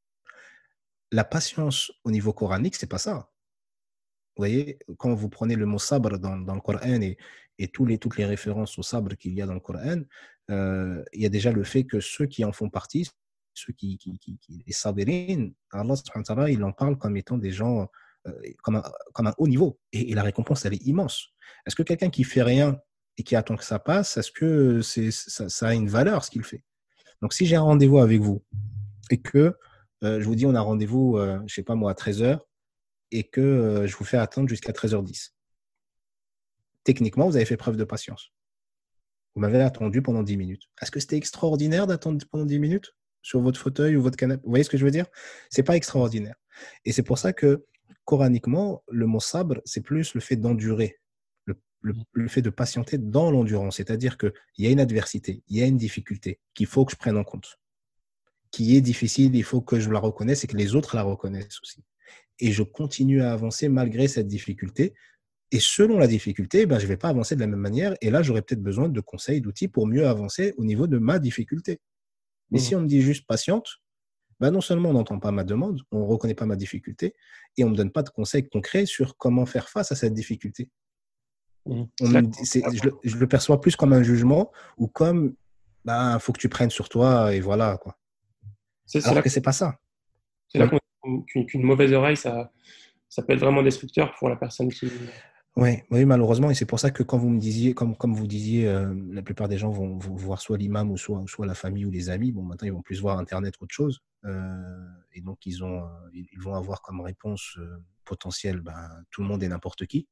S1: La patience au niveau coranique, c'est pas ça. Vous voyez, quand vous prenez le mot sabre dans le Coran et toutes les références au sabre qu'il y a dans le Coran, il y a déjà le fait que ceux qui en font partie, ceux les sabirines, Allah subhanahu wa ta'ala, il en parle comme étant des gens euh, comme un haut niveau. Et la récompense, elle est immense. Est-ce que quelqu'un qui fait rien et qui attend que ça passe, est-ce que ça a une valeur ce qu'il fait? Donc, si j'ai un rendez-vous avec vous et que je vous dis on a rendez-vous, je sais pas moi, à 13h, et que je vous fais attendre jusqu'à 13h10. Techniquement, vous avez fait preuve de patience. Vous m'avez attendu pendant 10 minutes. Est-ce que c'était extraordinaire d'attendre pendant 10 minutes sur votre fauteuil ou votre canapé? Vous voyez ce que je veux dire? C'est pas extraordinaire. Et c'est pour ça que, coraniquement, le mot sabre, c'est plus le fait d'endurer, le fait de patienter dans l'endurance. C'est-à-dire qu'il y a une adversité, il y a une difficulté qu'il faut que je prenne en compte, qui est difficile, il faut que je la reconnaisse et que les autres la reconnaissent aussi. Et je continue à avancer malgré cette difficulté. Et selon la difficulté, je ne vais pas avancer de la même manière. Et là, j'aurais peut-être besoin de conseils, d'outils pour mieux avancer au niveau de ma difficulté. Mais
S2: Mhm.
S1: si on me dit juste patiente, non seulement on n'entend pas ma demande, on ne reconnaît pas ma difficulté, et on ne me donne pas de conseils concrets sur comment faire face à cette difficulté.
S2: Mhm. C'est là qu'on-
S1: Je le perçois plus comme un jugement ou comme faut que tu prennes sur toi et voilà quoi.
S2: c'est
S1: Alors
S2: là,
S1: que c'est pas ça.
S2: c'est là
S1: Oui.
S2: qu'une mauvaise oreille, ça peut être vraiment destructeur pour la personne qui.
S1: Oui, oui, malheureusement, et c'est pour ça que quand vous me disiez, comme vous disiez, la plupart des gens vont voir soit l'imam ou soit la famille ou les amis. Bon, maintenant, ils vont plus voir Internet qu'autre chose. Et donc, ils vont avoir comme réponse potentielle, tout le monde est n'importe qui.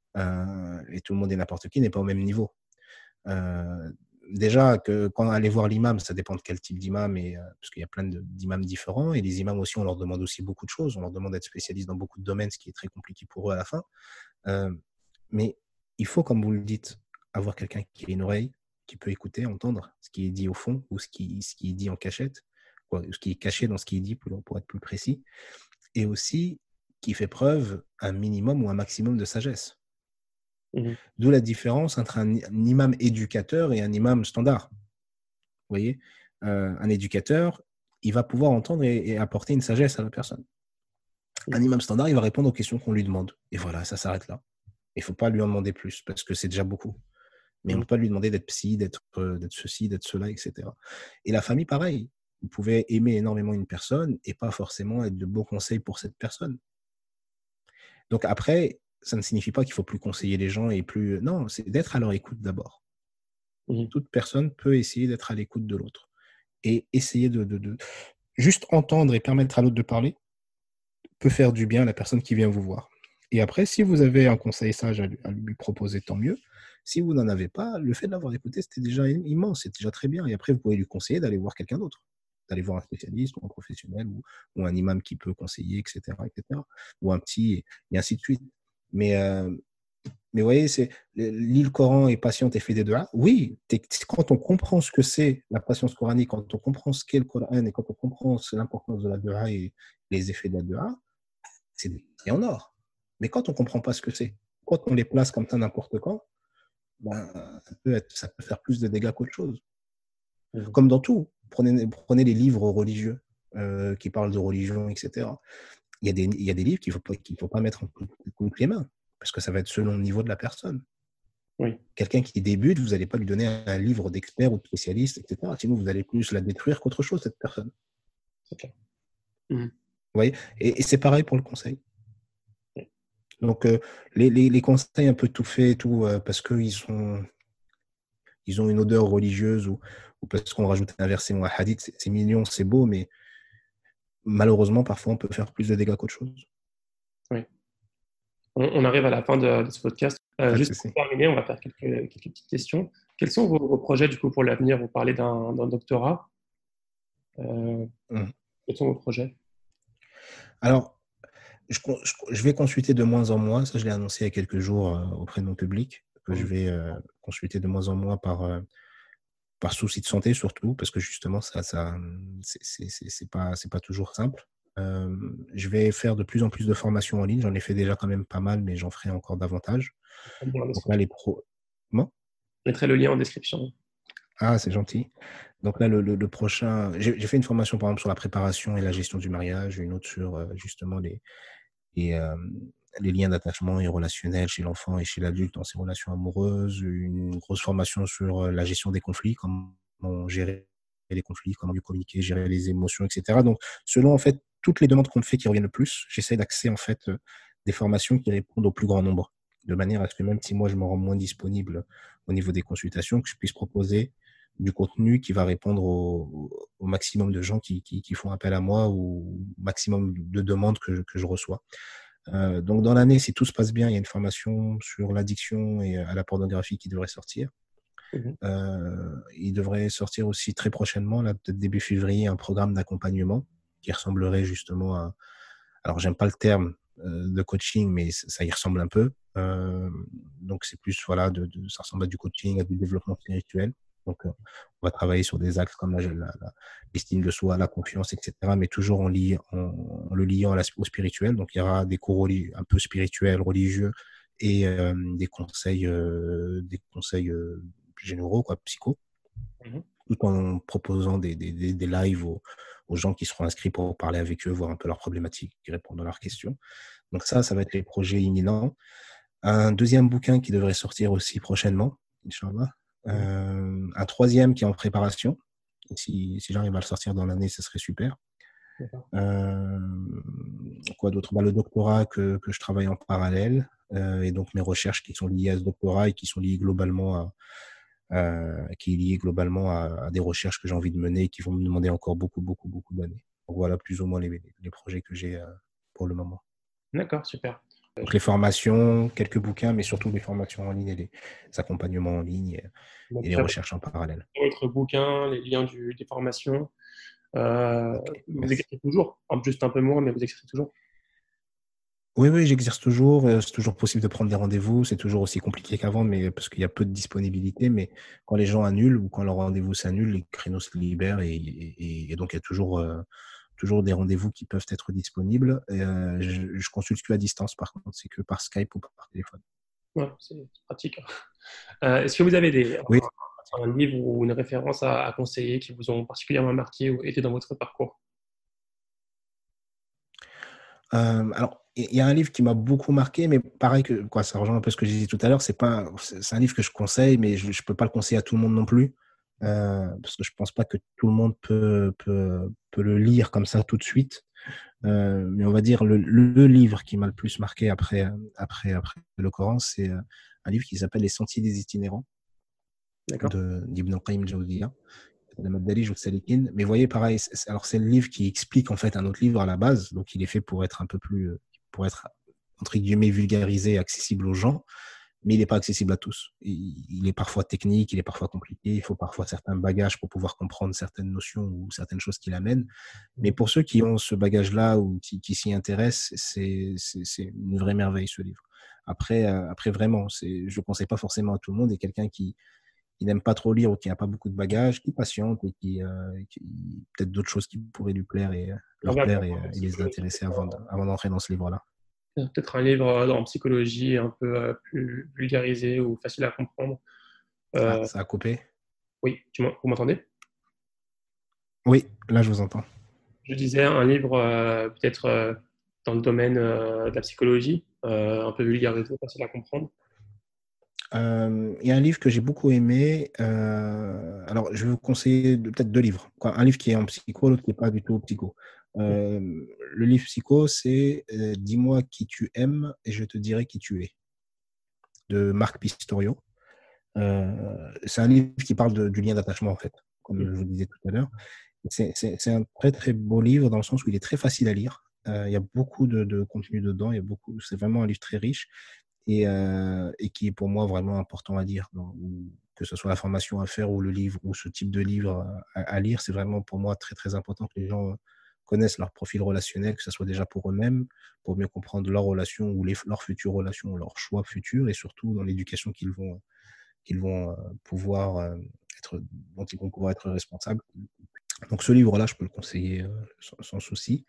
S1: Et tout le monde est n'importe qui n'est pas au même niveau. Euh, Déjà, que quand aller voir l'imam, ça dépend de quel type d'imam, parce qu'il y a plein d'imams différents. Et les imams aussi, on leur demande aussi beaucoup de choses. On leur demande d'être spécialistes dans beaucoup de domaines, ce qui est très compliqué pour eux à la fin. Euh, mais il faut, comme vous le dites, avoir quelqu'un qui a une oreille, qui peut écouter, entendre ce qui est dit au fond ou ce qui est dit en cachette, ou ce qui est caché dans ce qui est dit pour être plus précis, et aussi qui fait preuve un minimum ou un maximum de sagesse.
S2: Mhm.
S1: D'où la différence entre un imam éducateur et un imam standard. Vous voyez, un éducateur, il va pouvoir entendre et apporter une sagesse à la personne. Un imam standard, il va répondre aux questions qu'on lui demande. Et voilà, ça s'arrête là. Il ne faut pas lui en demander plus parce que c'est déjà beaucoup. Mais on ne
S2: Mhm.
S1: peut pas lui demander d'être psy, d'être ceci, d'être cela, etc. Et la famille, pareil. Vous pouvez aimer énormément une personne et pas forcément être de bons conseils pour cette personne. Donc après, ça ne signifie pas qu'il faut plus conseiller les gens et plus. Non, c'est d'être à leur écoute d'abord.
S2: Mhm.
S1: Toute personne peut essayer d'être à l'écoute de l'autre et essayer de juste entendre et permettre à l'autre de parler peut faire du bien à la personne qui vient vous voir. Et après, si vous avez un conseil sage à lui proposer, tant mieux. Si vous n'en avez pas, le fait de l'avoir écouté, c'était déjà immense, c'est déjà très bien. Et après, vous pouvez lui conseiller d'aller voir quelqu'un d'autre, d'aller voir un spécialiste ou un professionnel ou un imam qui peut conseiller, etc., etc. Ou un petit, et ainsi de suite. Mais vous voyez, lis le Coran et patiente et fais des doigts. Oui, quand on comprend ce que c'est la patience coranique, quand on comprend ce qu'est le Coran et quand on comprend l'importance de la doua et les effets de la doua, c'est en or. Mais quand on ne comprend pas ce que c'est, quand on les place comme ça n'importe quand, ben, ça peut faire plus de dégâts qu'autre chose.
S2: Mhm.
S1: Comme dans tout, prenez les livres religieux qui parlent de religion, etc. Il y a des livres qu'il ne faut pas mettre contre les mains, parce que ça va être selon le niveau de la personne.
S2: Oui,
S1: Quelqu'un qui débute, vous n'allez pas lui donner un livre d'expert ou de spécialiste, etc. Sinon, vous allez plus la détruire qu'autre chose, cette personne.
S2: c'est clair. Mhm.
S1: Vous voyez, et c'est pareil pour le conseil.
S2: Oui.
S1: Donc, les conseils un peu tout faits, parce qu'ils ont une odeur religieuse ou parce qu'on rajoute un verset ou un hadith, c'est mignon, c'est beau, mais malheureusement, parfois, on peut faire plus de dégâts qu'autre chose.
S2: Oui. On arrive à la fin de ce podcast.
S1: Pas de
S2: Juste pour
S1: souci.
S2: terminer, on va faire quelques petites questions. Quels sont vos projets du coup pour l'avenir? Vous parlez d'un doctorat. Euh,
S1: Hum.
S2: Quels sont vos projets?
S1: Alors, je vais consulter de moins en moins, ça je l'ai annoncé il y a quelques jours auprès de mon public, que je
S2: Mhm.
S1: vais consulter de moins en moins par souci de santé surtout, parce que justement, c'est pas toujours simple. Je vais faire de plus en plus de formations en ligne. J'en ai fait déjà quand même pas mal, mais j'en ferai encore davantage.
S2: Je mettrai le lien en
S1: Donc là,
S2: description.
S1: Comment?
S2: Je mettrai le lien en description.
S1: Ah, c'est gentil. Donc là, le prochain, j'ai fait une formation par exemple sur la préparation et la gestion du mariage, une autre sur justement les, euh, les liens d'attachement et relationnels chez l'enfant et chez l'adulte dans ses relations amoureuses, une grosse formation sur la gestion des conflits, comment gérer les conflits, comment mieux communiquer, gérer les émotions, etc. Donc, selon en fait toutes les demandes qu'on me fait qui reviennent le plus, j'essaie d'axer en fait des formations qui répondent au plus grand nombre, de manière à ce que même si moi je me rends moins disponible au niveau des consultations, que je puisse proposer du contenu qui va répondre au maximum de gens qui font appel à moi ou au maximum de demandes que je reçois. Donc, dans l'année, si tout se passe bien, il y a une formation sur l'addiction et à la pornographie qui devrait sortir.
S2: Mhm.
S1: Il devrait sortir aussi très prochainement, là, peut-être début février, un programme d'accompagnement qui ressemblerait justement à. Alors, j'aime pas le terme de coaching, mais ça y ressemble un peu. Donc, c'est plus, voilà, ça ressemble à du coaching, à du développement spirituel. Donc, on va travailler sur des axes comme l'estime de soi, la confiance, etc., mais toujours en le liant au spirituel. Donc, il y aura des cours un peu spirituels, religieux, et des conseils généraux, quoi, psycho,
S2: Mhm.
S1: tout en proposant des lives aux gens qui seront inscrits pour parler avec eux, voir un peu leurs problématiques, répondre à leurs questions. Donc ça va être les projets imminents. Un deuxième bouquin qui devrait sortir aussi prochainement, Inch'Allah.
S2: Mhm.
S1: Un troisième qui est en préparation. Si j'arrive à le sortir dans l'année, ce serait super.
S2: D'accord.
S1: Euh, quoi d'autre? Le doctorat que je travaille en parallèle et donc mes recherches qui sont liées à ce doctorat et qui sont liées globalement qui est lié globalement à des recherches que j'ai envie de mener et qui vont me demander encore beaucoup, beaucoup, beaucoup d'années. Donc voilà plus ou moins les projets que j'ai pour le moment.
S2: D'accord, super.
S1: Donc les formations, quelques bouquins, mais surtout les formations en ligne et les accompagnements en ligne
S2: Je
S1: et les
S2: mettrai
S1: recherches en parallèle.
S2: votre bouquin, les liens des formations.
S1: Ok,
S2: Vous
S1: merci.
S2: exercez toujours, juste un peu moins, mais vous exercez toujours.
S1: Oui, oui, j'exerce toujours. C'est toujours possible de prendre des rendez-vous. C'est toujours aussi compliqué qu'avant, mais parce qu'il y a peu de disponibilité. Mais quand les gens annulent ou quand leur rendez-vous s'annule, les créneaux se libèrent et donc il y a toujours des rendez-vous qui peuvent être disponibles. Je consulte que à distance, par contre, c'est que par Skype ou par téléphone.
S2: Ouais, c'est pratique. Est-ce que vous avez
S1: Oui.
S2: un livre ou une référence à conseiller qui vous ont particulièrement marqué ou été dans votre parcours?
S1: Alors, il y a un livre qui m'a beaucoup marqué, mais pareil que quoi, ça rejoint un peu ce que j'ai dit tout à l'heure. C'est un livre que je conseille, mais je peux pas le conseiller à tout le monde non plus, parce que je pense pas que tout le monde peut le lire comme ça tout de suite. Mais on va dire le livre qui m'a le plus marqué après le Coran, c'est un livre qui s'appelle Les Sentiers des Itinérants
S2: D'accord.
S1: d'Ibn al-Qayyim al-Jawziyya, le Madarij al-Salikin. Mais vous voyez, pareil, alors c'est le livre qui explique en fait un autre livre à la base, donc il est fait pour être un peu plus, pour être entre guillemets vulgarisé et accessible aux gens, mais il n'est pas accessible à tous. Il est parfois technique, il est parfois compliqué, il faut parfois certains bagages pour pouvoir comprendre certaines notions ou certaines choses qu'il amène. Mais pour ceux qui ont ce bagage-là ou qui s'y intéressent, c'est une vraie merveille ce livre. Après vraiment, je ne conseille pas forcément à tout le monde et quelqu'un qui n'aime pas trop lire ou qui n'a pas beaucoup de bagages, qui patiente et qui peut-être d'autres choses qui pourraient lui plaire et
S2: On
S1: leur
S2: va
S1: plaire
S2: faire un
S1: et
S2: petit
S1: les
S2: peu
S1: intéresser avant d'entrer dans ce livre-là.
S2: Peut-être un livre en psychologie un peu plus vulgarisé ou facile à comprendre.
S1: Ah,
S2: Euh,
S1: ça a coupé?
S2: oui, vous m'entendez?
S1: Oui, là, je vous entends.
S2: Je disais un livre peut-être dans le domaine de la psychologie, un peu vulgarisé, facile à comprendre.
S1: Il y a un livre que j'ai beaucoup aimé. Alors, je vais vous conseiller peut-être deux livres. Un livre qui est en psycho, l'autre qui n'est pas du tout psycho. Euh, le livre psycho, c'est Dis-moi qui tu aimes et je te dirai qui tu es, de Marc Pistorio. C'est un livre qui parle du lien d'attachement, en fait, comme je vous disais tout à l'heure. C'est un très, très beau livre dans le sens où il est très facile à lire. Il y a beaucoup de contenu dedans. C'est vraiment un livre très riche et qui est pour moi vraiment important à lire. Donc, que ce soit la formation à faire ou le livre ou ce type de livre à lire, c'est vraiment pour moi très, très important que les gens connaissent leur profil relationnel, que ce soit déjà pour eux-mêmes, pour mieux comprendre leurs relations ou leurs futures relations, leurs choix futurs et surtout dans l'éducation qu'ils vont pouvoir dont ils vont pouvoir être responsables. Donc ce livre-là, je peux le conseiller sans souci.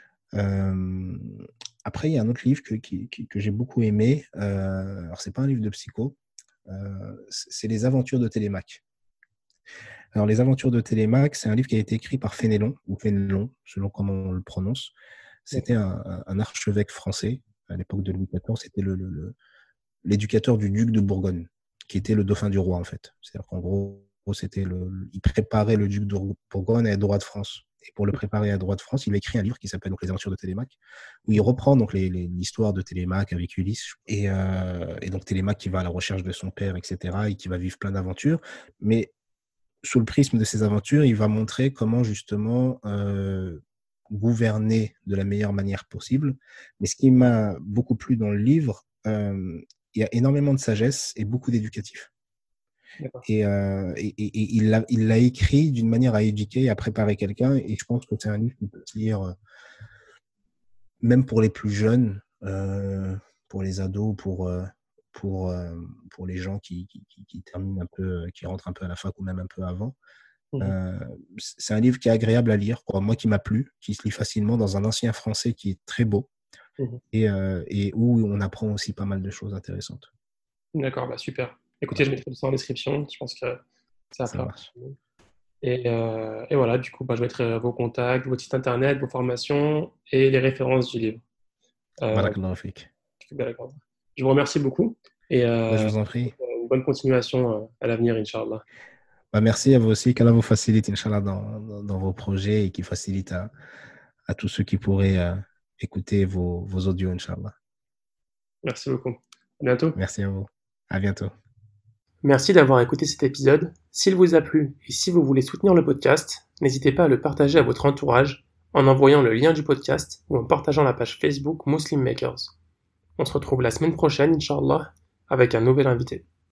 S1: Après, il y a un autre livre que j'ai beaucoup aimé. Alors, c'est pas un livre de psycho, c'est Les Aventures de Télémaque. Alors, Les Aventures de Télémaque, c'est un livre qui a été écrit par Fénélon, ou Fénelon, selon comment on le prononce. C'était un archevêque français à l'époque de Louis XIV. C'était l'éducateur du duc de Bourgogne, qui était le dauphin du roi, en fait. C'est-à-dire qu'en gros, il préparait le duc de Bourgogne à être roi de France. Et pour le préparer à être roi de France, il a écrit un livre qui s'appelle donc Les Aventures de Télémaque, où il reprend donc l'histoire de Télémaque avec Ulysse, et donc Télémaque qui va à la recherche de son père, etc., et qui va vivre plein d'aventures. Mais sous le prisme de ces aventures, il va montrer comment justement gouverner de la meilleure manière possible. Mais ce qui m'a beaucoup plu dans le livre, il y a énormément de sagesse et beaucoup d'éducatif. Et il l'a écrit d'une manière à éduquer et à préparer quelqu'un. Et je pense que c'est un livre qui peut se lire même pour les plus jeunes, pour les ados, pour les gens qui terminent un peu, qui rentrent un peu à la fac ou même un peu avant. C'est un livre qui est agréable à lire, quoi. Moi qui m'a plu, qui se lit facilement dans un ancien français qui est très beau et où on apprend aussi pas mal de choses intéressantes.
S2: D'accord, bah super. Écoutez, je mettrai tout ça en description. Je pense que ça
S1: Ça
S2: fera.
S1: marche.
S2: Et voilà, du coup, bah, je mettrai vos contacts, votre site internet, vos formations et les références du livre. Euh,
S1: Barakallahu fik.
S2: d'accord. Je vous remercie beaucoup et
S1: Bah, je vous en prie.
S2: une bonne continuation à l'avenir, Inch'Allah.
S1: Bah, merci à vous aussi. Qu'Allah vous facilite, Inch'Allah, dans vos projets et qui facilite à tous ceux qui pourraient écouter vos audios, Inch'Allah.
S2: Merci beaucoup. À bientôt.
S1: Merci à vous. À bientôt.
S2: Merci d'avoir écouté cet épisode. S'il vous a plu et si vous voulez soutenir le podcast, n'hésitez pas à le partager à votre entourage en envoyant le lien du podcast ou en partageant la page Facebook Muslim Makers. On se retrouve la semaine prochaine, Inch'Allah, avec un nouvel invité.